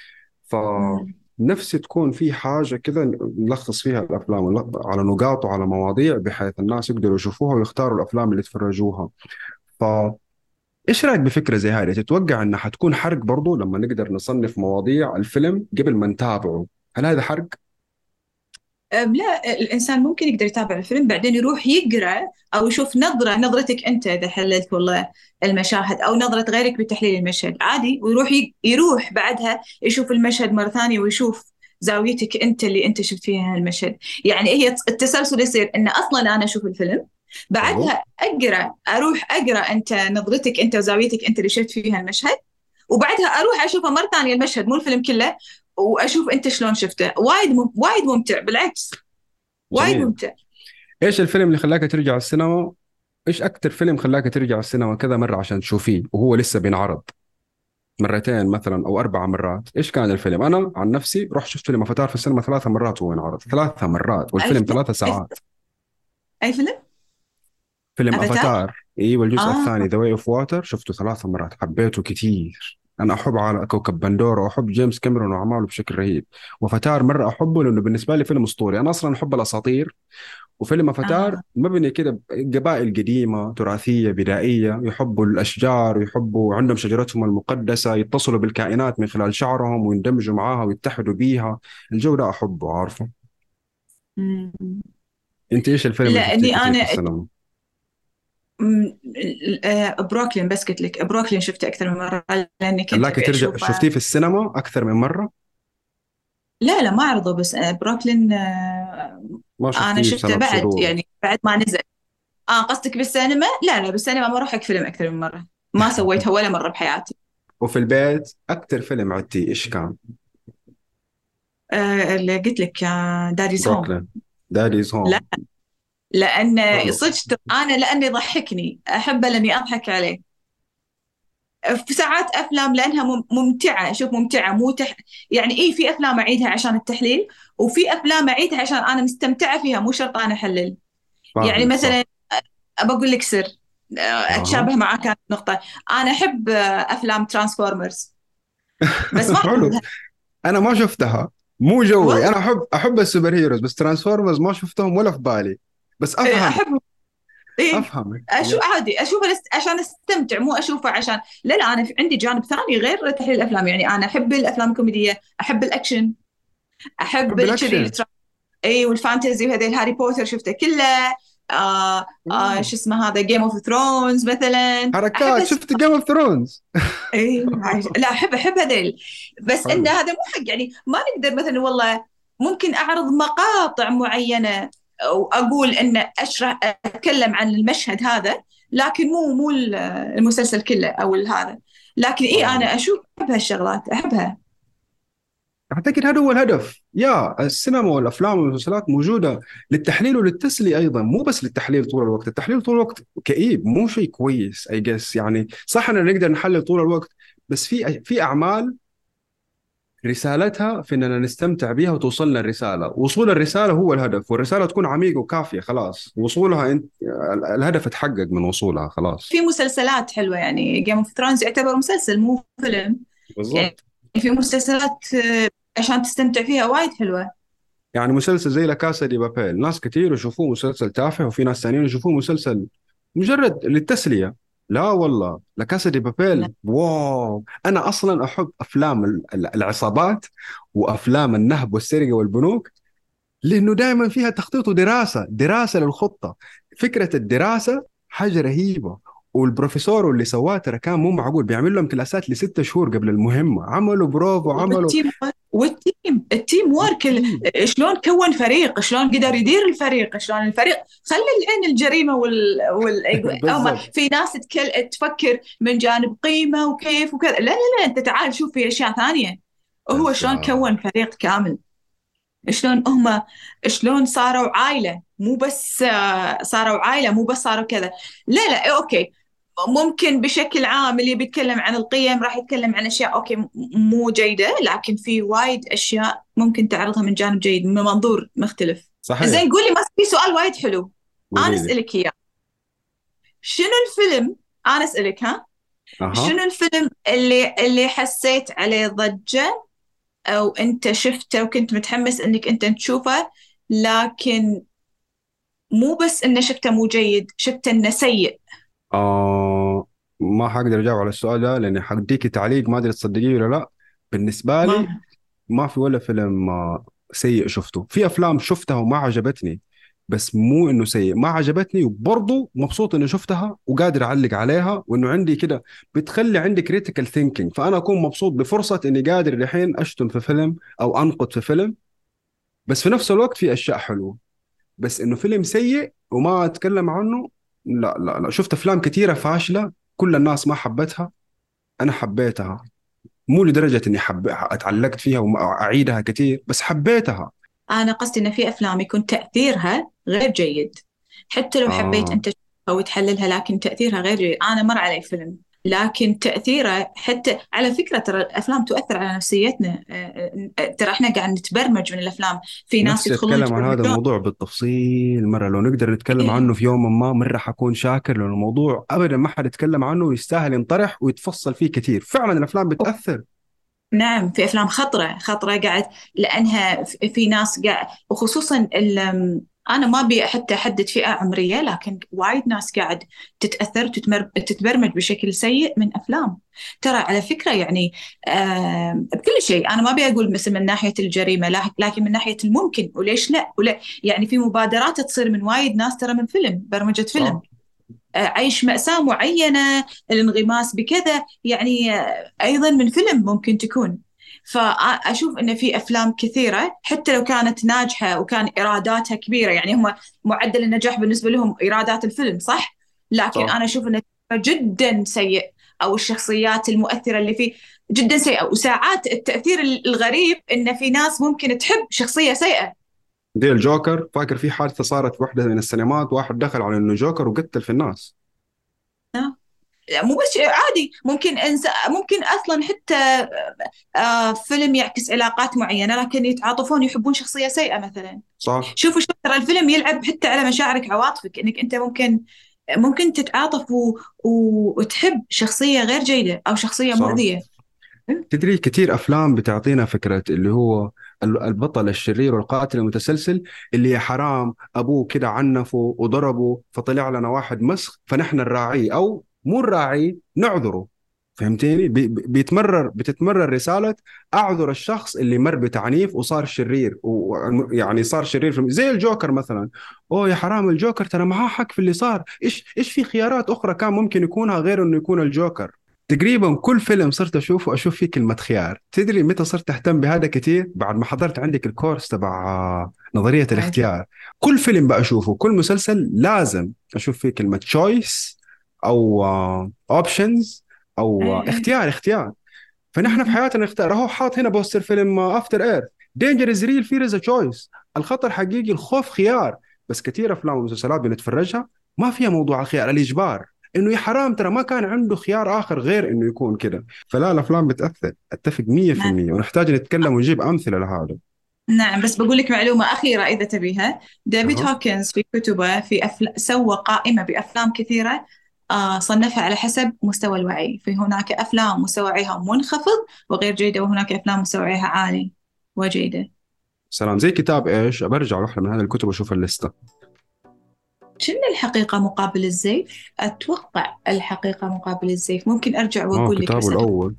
مم. فنفسي تكون في حاجة كذا نلخص فيها الأفلام ونلخ- على نقاط وعلى مواضيع، بحيث الناس يقدروا يشوفوها ويختاروا الأفلام اللي يتفرجوها. ايش رايك بفكره زي هذه؟ تتوقع انها حتكون حرق برضو لما نقدر نصنف مواضيع الفيلم قبل ما نتابعه؟ هل هذا حرق؟ أم، لا، الإنسان ممكن يقدر يتابع الفيلم بعدين يروح يقرأ أو يشوف نظرة نظرتك أنت إذا حللت والله المشاهد، أو نظرة غيرك بتحليل المشهد عادي، ويروح ي- يروح بعدها يشوف المشهد مرة ثانية ويشوف زاويتك أنت اللي أنت شفت فيها المشهد. يعني هي التسلسل يصير إن أصلا أنا أشوف الفيلم، حلو. بعدها أقرأ أروح أقرأ أنت نظرتك أنت وزاويتك أنت اللي شفت فيها المشهد، وبعدها أروح أشوفه مرة ثانية المشهد مو الفيلم كله، واشوف انت شلون شفته. وايد مم... وايد ممتع بالعكس، وايد جميل. ممتع. ايش الفيلم اللي خلاك ترجع السينما؟ ايش اكثر فيلم خلاك ترجع السينما كذا مره عشان تشوفيه وهو لسه بينعرض مرتين مثلا او اربع مرات؟ ايش كان الفيلم؟ انا عن نفسي رحت شفت فيلم افاتار في السينما ثلاث مرات وهو ينعرض، ثلاث مرات، اي والفيلم فيلم؟ اي ثلاث ساعات. أي فيلم؟ فيلم افاتار. افاتار، ايوه الجزء اه. الثاني ذا واي اوف واتر، شفته ثلاث مرات، حبيته كثير. انا احب على كوكب بندورة واحب جيمس كاميرون واعماله بشكل رهيب. وافاتار مره احبه لانه بالنسبه لي فيلم اسطوري، انا اصلا احب الاساطير. وفيلم افاتار اه. مبني كده قبائل قديمه تراثيه بدائيه، يحبوا الاشجار ويحبوا عندهم شجرتهم المقدسه، يتصلوا بالكائنات من خلال شعرهم ويندمجوا معاها ويتحدوا بيها. الجو ده احبه، عارفه. مم. انت ايش الفيلم اللي شفتيه لاني كثير في انا السينما؟ مم، آه، بروكلين، بس قلت لك بروكلين شفته اكثر من مره لاني كنت خلاك ابي ترجع اشوفه. شفتيه في السينما اكثر من مره؟ لا لا، ما عرضه، بس آه، بروكلين آه، ما انا شفتيه شفته بسبب بعد، فضول؟ يعني بعد ما نزل. اه قصدك بالسينما؟ لا لا، بالسينما ما اروح حق فيلم اكثر من مره، ما سويتها ولا مره بحياتي. وفي البيت أكتر فيلم عدتيه إيش كان؟ آه اللي قلت لك داديز هوم. بروكلين، داديز هوم. لأن حلو. صدق أنا لأنه يضحكني أحبه لأني أضحك عليه. في ساعات أفلام لأنها مم- ممتعة، أشوف ممتعة مو تح... يعني إيه، في أفلام أعيدها عشان التحليل، وفي أفلام أعيدها عشان أنا مستمتعة فيها مو شرط أنا أحلل. يعني فاهمك صح. مثلا بقول لك سر، آه، أها. أتشابه معك كانت نقطة. أنا أحب آه، أفلام ترانسفورمرز بس ما حلو. أحللها. أنا ما شفتها، مو جوي. والله أنا أحب أحب السوبر هيروز، بس ترانسفورمرز ما شفتهم ولا في بالي. بس إيه، أفهمك. أحب. إيه، أفهمك أشوف يس. عادي، أشوفه لست... عشان أستمتع مو أشوفه عشان. لا لا، أنا في... عندي جانب ثاني غير تحليل الأفلام. يعني أنا أحب الأفلام الكوميدية، أحب الأكشن، احب أحب الكذي الأكشن. الترا... اي، والفانتزي، وهذا هاري بوتر شفته كله. آه آه أوه. شو اسمه هذا جيم اوف ثرونز مثلا. احب حركات، هس... شفت جيم اوف ثرونز؟ اي عايش... لا احب احب هذيل. بس ان حلو. هذا مو حق، يعني ما نقدر مثلا والله ممكن اعرض مقاطع معينة واقول ان اشرح اتكلم عن المشهد هذا، لكن مو مو المسلسل كله او هذا. لكن اي آه. انا اشوف احب هالشغلات احبها. أعتقد هذا هو الهدف، يا السينما والأفلام والمسلسلات موجودة للتحليل وللتسلية أيضا، مو بس للتحليل طول الوقت. التحليل طول الوقت كئيب، مو شيء كويس أي جس. يعني صح أننا نقدر نحلل طول الوقت، بس في في أعمال رسالتها في أننا نستمتع بها وتوصلنا الرسالة. وصول الرسالة هو الهدف، والرسالة تكون عميقة وكافية، خلاص وصولها انت الهدف اتحقق من وصولها خلاص. في مسلسلات حلوة، يعني جيم اوف ثرونز يعتبر مسلسل مو فيلم. يعني بالضبط. في مسلسلات آه، عشان تستمتع فيها وايد حلوة. يعني مسلسل زي لا كاسا دي بابيل، ناس كثير يشوفوه مسلسل تافه، وفي ناس ثانيين يشوفوه مسلسل مجرد للتسلية. لا والله، لا كاسا دي لا. بابيل واو. أنا أصلا أحب أفلام ال- ال- العصابات وأفلام النهب والسرقة والبنوك، لأنه دائما فيها تخطيط ودراسة، دراسة للخطة. فكرة الدراسة حاجة رهيبة. والبروفيسور اللي سواه ترى كان مو معقول، بيعمل لهم كلاسات لستة شهور قبل المهمة، عملوا بروفو، عملوا والتيم والتيم التيم وورك ال- والتيم. شلون كون فريق، شلون قدر يدير الفريق، شلون الفريق خلى العين الجريمة وال, وال... أما بالضبط. في ناس تكل... تفكر من جانب قيمة وكيف وكذا. لا لا لا، انت تعال شوف في اشياء ثانية. هو شلون بالضبط. كون فريق كامل، شلون هم شلون صاروا عائلة، مو بس آه، صاروا عائلة مو بس صاروا كذا. لا لا، أوكي. ممكن بشكل عام اللي بيتكلم عن القيم راح يتكلم عن أشياء أوكي م- مو جيدة، لكن في وايد أشياء ممكن تعرضها من جانب جيد من منظور مختلف. صحيح. زين قولي، ما في سؤال وايد حلو أنا قولي لي. أسألك إياه. شنو الفيلم، أنا أسألك ها، أها. شنو الفيلم اللي اللي حسيت عليه ضجة، أو أنت شفته وكنت متحمس إنك أنت تشوفه، لكن مو بس إنه شفته مو جيد، شفته إنه سيء. آه ما حقدر اجاوب على السؤال ده، لاني حديك تعليق ما ادري تصدقيه ولا لا. بالنسبه لي ما ما في ولا فيلم آه، سيء شفته. في افلام شفتها وما عجبتني، بس مو انه سيء، ما عجبتني وبرضه مبسوط اني شفتها وقادر اعلق عليها، وانه عندي كده بتخلي عندي كريتيكال ثينكينج، فانا اكون مبسوط بفرصة اني قادر الحين اشتم في فيلم او انقد في فيلم، بس في نفس الوقت في اشياء حلوة. بس انه فيلم سيء وما اتكلم عنه، لا لا لا. شفت افلام كثيرة فاشلة كل الناس ما حبتها، انا حبيتها. مو لدرجة اني حب اتعلقت فيها واعيدها كثير، بس حبيتها. أنا قصدي إن في أفلام يكون تأثيرها غير جيد، حتى لو حبيت اه أنت تشوفها وتحللها لكن تأثيرها غير جيد. أنا مر علي فيلم لكن تأثيره، حتى على فكرة ترى الأفلام تؤثر على نفسيتنا. آه، آه، ترى إحنا قاعد نتبرمج من الأفلام. في ناس نفسي يدخلون اتكلم عن هذا يتبرمجون. الموضوع بالتفصيل مرة، لو نقدر نتكلم إيه. عنه في يوم ما مرة حكون شاكر، لأن الموضوع أبدا ما حد يتكلم عنه ويستاهل ينطرح ويتفصل فيه كثير. فعلا الأفلام بتأثر. نعم، في أفلام خطرة خطرة قاعد، لأنها في في ناس قاعد، وخصوصا ال- أنا ما أبي حتى أحدد فئة عمرية، لكن وايد ناس قاعد تتأثر وتتمر- تتبرمج بشكل سيء من أفلام. ترى على فكرة يعني آم، بكل شيء، أنا ما أبي أقول مثل من ناحية الجريمة، لا- لكن من ناحية الممكن وليش لا ولا. يعني في مبادرات تصير من وايد ناس ترى من فيلم، برمجة فيلم، صح. عيش مأساة معينة، الانغماس بكذا، يعني أيضا من فيلم ممكن تكون. فأشوف أن في أفلام كثيرة حتى لو كانت ناجحة وكان إيراداتها كبيرة، يعني هم معدل النجاح بالنسبة لهم إيرادات الفيلم صح، لكن صح. أنا أشوف أنه جدا سيء، أو الشخصيات المؤثرة اللي فيه جدا سيئة. وساعات التأثير الغريب أن في ناس ممكن تحب شخصية سيئة. دي الجوكر، فاكر في حادثة صارت في واحدة من السينمات، واحد دخل على إنه جوكر وقتل في الناس. مو بس عادي، ممكن إنس... ممكن اصلا حتى آه فيلم يعكس علاقات معينه لكن يتعاطفون يحبون شخصيه سيئه مثلا. صح. شوفوا شوف ترى الفيلم يلعب حتى على مشاعرك عواطفك، انك انت ممكن ممكن تتعاطف و... و... وتحب شخصيه غير جيده او شخصيه صح. مؤذيه. تدري كثير أفلام بتعطينا فكرة اللي هو ال- البطل الشرير والقاتل المتسلسل، اللي يا حرام أبوه كده عنفه وضربه فطلع لنا واحد مسخ فنحن نراعيه، أو مو نراعيه نعذره. فهمتيني؟ بي- بي- بيتمرر بتتمرر رسالة أعذر الشخص اللي مر بتعنيف وصار شرير، ويعني صار شرير في زي الجوكر مثلا. أوه يا حرام الجوكر ترى معاه حق في اللي صار، إيش إيش في خيارات أخرى كان ممكن يكونها غير إنه يكون الجوكر. تقريبا كل فيلم صرت اشوفه اشوف فيه كلمة خيار. تدري متى صرت اهتم بهذا كثير؟ بعد ما حضرت عندك الكورس تبع آه، نظرية عجيب. الاختيار. كل فيلم بشوفه كل مسلسل لازم اشوف فيه كلمة choice او اوبشنز او ايه آه، ايه. اختيار اختيار. فنحن في م- حياتنا نختار. اهو حاط هنا بوستر فيلم افتر ايرث، دينجر از ريل فير از تشويس. الخطر حقيقي، الخوف خيار. بس كثير افلام ومسلسلات بنتفرجها ما فيها موضوع الخيار، الاجبار، انه يا حرام ترى ما كان عنده خيار اخر غير انه يكون كده. فلا الافلام بتاثر، اتفق نعم. مية بالمية، ونحتاج نتكلم ونجيب امثله لهذا. نعم، بس بقول لك معلومة أخيرة إذا تبيها. ديفيد اها. هوكنز في كتبه في أفل... سوى قائمة بأفلام كثيرة، آه صنفها على حسب مستوى الوعي. في هناك أفلام مستوى وعيها منخفض وغير جيدة، وهناك أفلام مستوى وعيها عالي وجيدة. سلام. زي كتاب ايش؟ برجع واحده من هذه الكتب واشوف الليسته. شنو الحقيقة مقابل الزيف؟ أتوقع الحقيقة مقابل الزيف، ممكن أرجع اه وأقول لك كتابه بس أتوقع. الاول.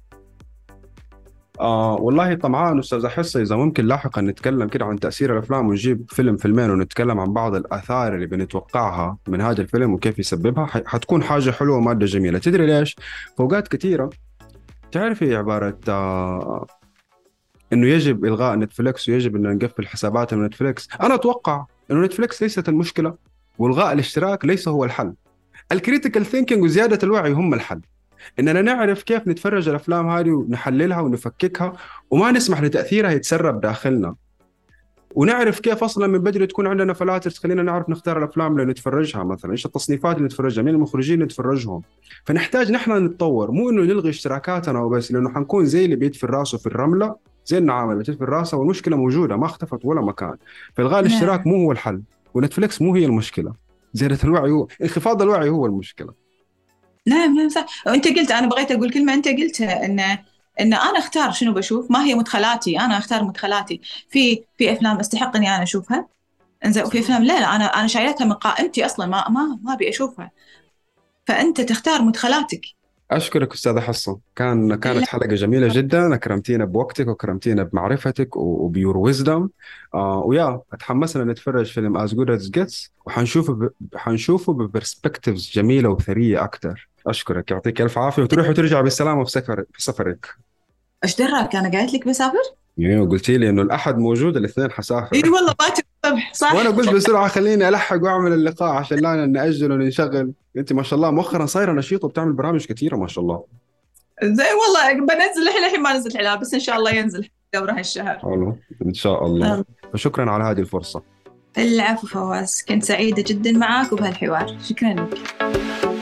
آه والله طمعان أستاذ، أحس إذا ممكن لاحقا نتكلم كده عن تأثير الأفلام ونجيب فيلم فيلمين ونتكلم عن بعض الآثار اللي بنتوقعها من هذا الفيلم وكيف يسببها، ح- حتكون حاجة حلوة ومادة جميلة. تدري ليش؟ فوقات كثيرة تعرفي عبارة آه إنه يجب إلغاء نتفليكس ويجب إنه نقفل حسابات نتفليكس. أنا أتوقع إنه نتفليكس ليست المشكلة، والغاء الاشتراك ليس هو الحل. الكريتيكال ثينكينج وزيادة الوعي هم الحل. اننا نعرف كيف نتفرج الافلام هذه ونحللها ونفككها، وما نسمح لتاثيرها يتسرب داخلنا، ونعرف كيف اصلا من بدري تكون عندنا فلاتر تخلينا نعرف نختار الافلام اللي نتفرجها، مثلا ايش التصنيفات اللي نتفرجها، مين المخرجين اللي نتفرجهم. فنحتاج نحن نتطور، مو انه نلغي اشتراكاتنا وبس، لانه حنكون زي اللي بيدفي راسه في الرمله، زي النعامه اللي بتدفي راسها والمشكله موجوده ما اختفت ولا مكان. فالغاء الاشتراك نعم مو هو الحل، ونتفليكس مو هي المشكله. زياده الوعي هو انخفاض الوعي هو المشكله. نعم نعم صح. وأنت قلت، أنا بغيت أقول كلمة أنت قلتها، إن إن أنا أختار شنو بشوف، ما هي مدخلاتي، أنا أختار مدخلاتي. في في أفلام أستحق إني أنا أشوفها، انزين، وفي صح. افلام لا لا، انا انا شايلتها من قائمتي اصلا، ما ما ما ابي اشوفها. فانت تختار مدخلاتك. أشكرك أستاذ حسن، كان كانت لا، حلقة جميلة جدا، أكرمتينا بوقتك وأكرمتينا بمعرفتك وبيور ويزدم. آه ويا اتحمسنا نتفرج فيلم As Good As Gets، وحنشوفه ب... حنشوفه ببرسبكتيفز جميلة وثرية أكتر. أشكرك، يعطيك ألف عافية، وتروح وترجع بالسلامة في سفر في سفرك. ايش دراك انا قالت لك بسافر؟ يعني قلتي لي إنه الأحد موجود، الاثنين اي حسافر. والله باتي الصبح وأنا صح. قلت بسرعة خليني ألحق وأعمل اللقاء عشان لا نأجل وننشغل. أنت ما شاء الله مؤخرا صايرة نشيطة وبتعمل برامج كثيرة ما شاء الله. زي والله بنزل الحين، الحين ما نزلت حلال بس ان شاء الله ينزل قبل هالشهر. حلو إن شاء الله. الله. فشكرا على هذه الفرصة. العفو فواز، كنت سعيدة جدا معاك وبهالحوار، شكرا لك.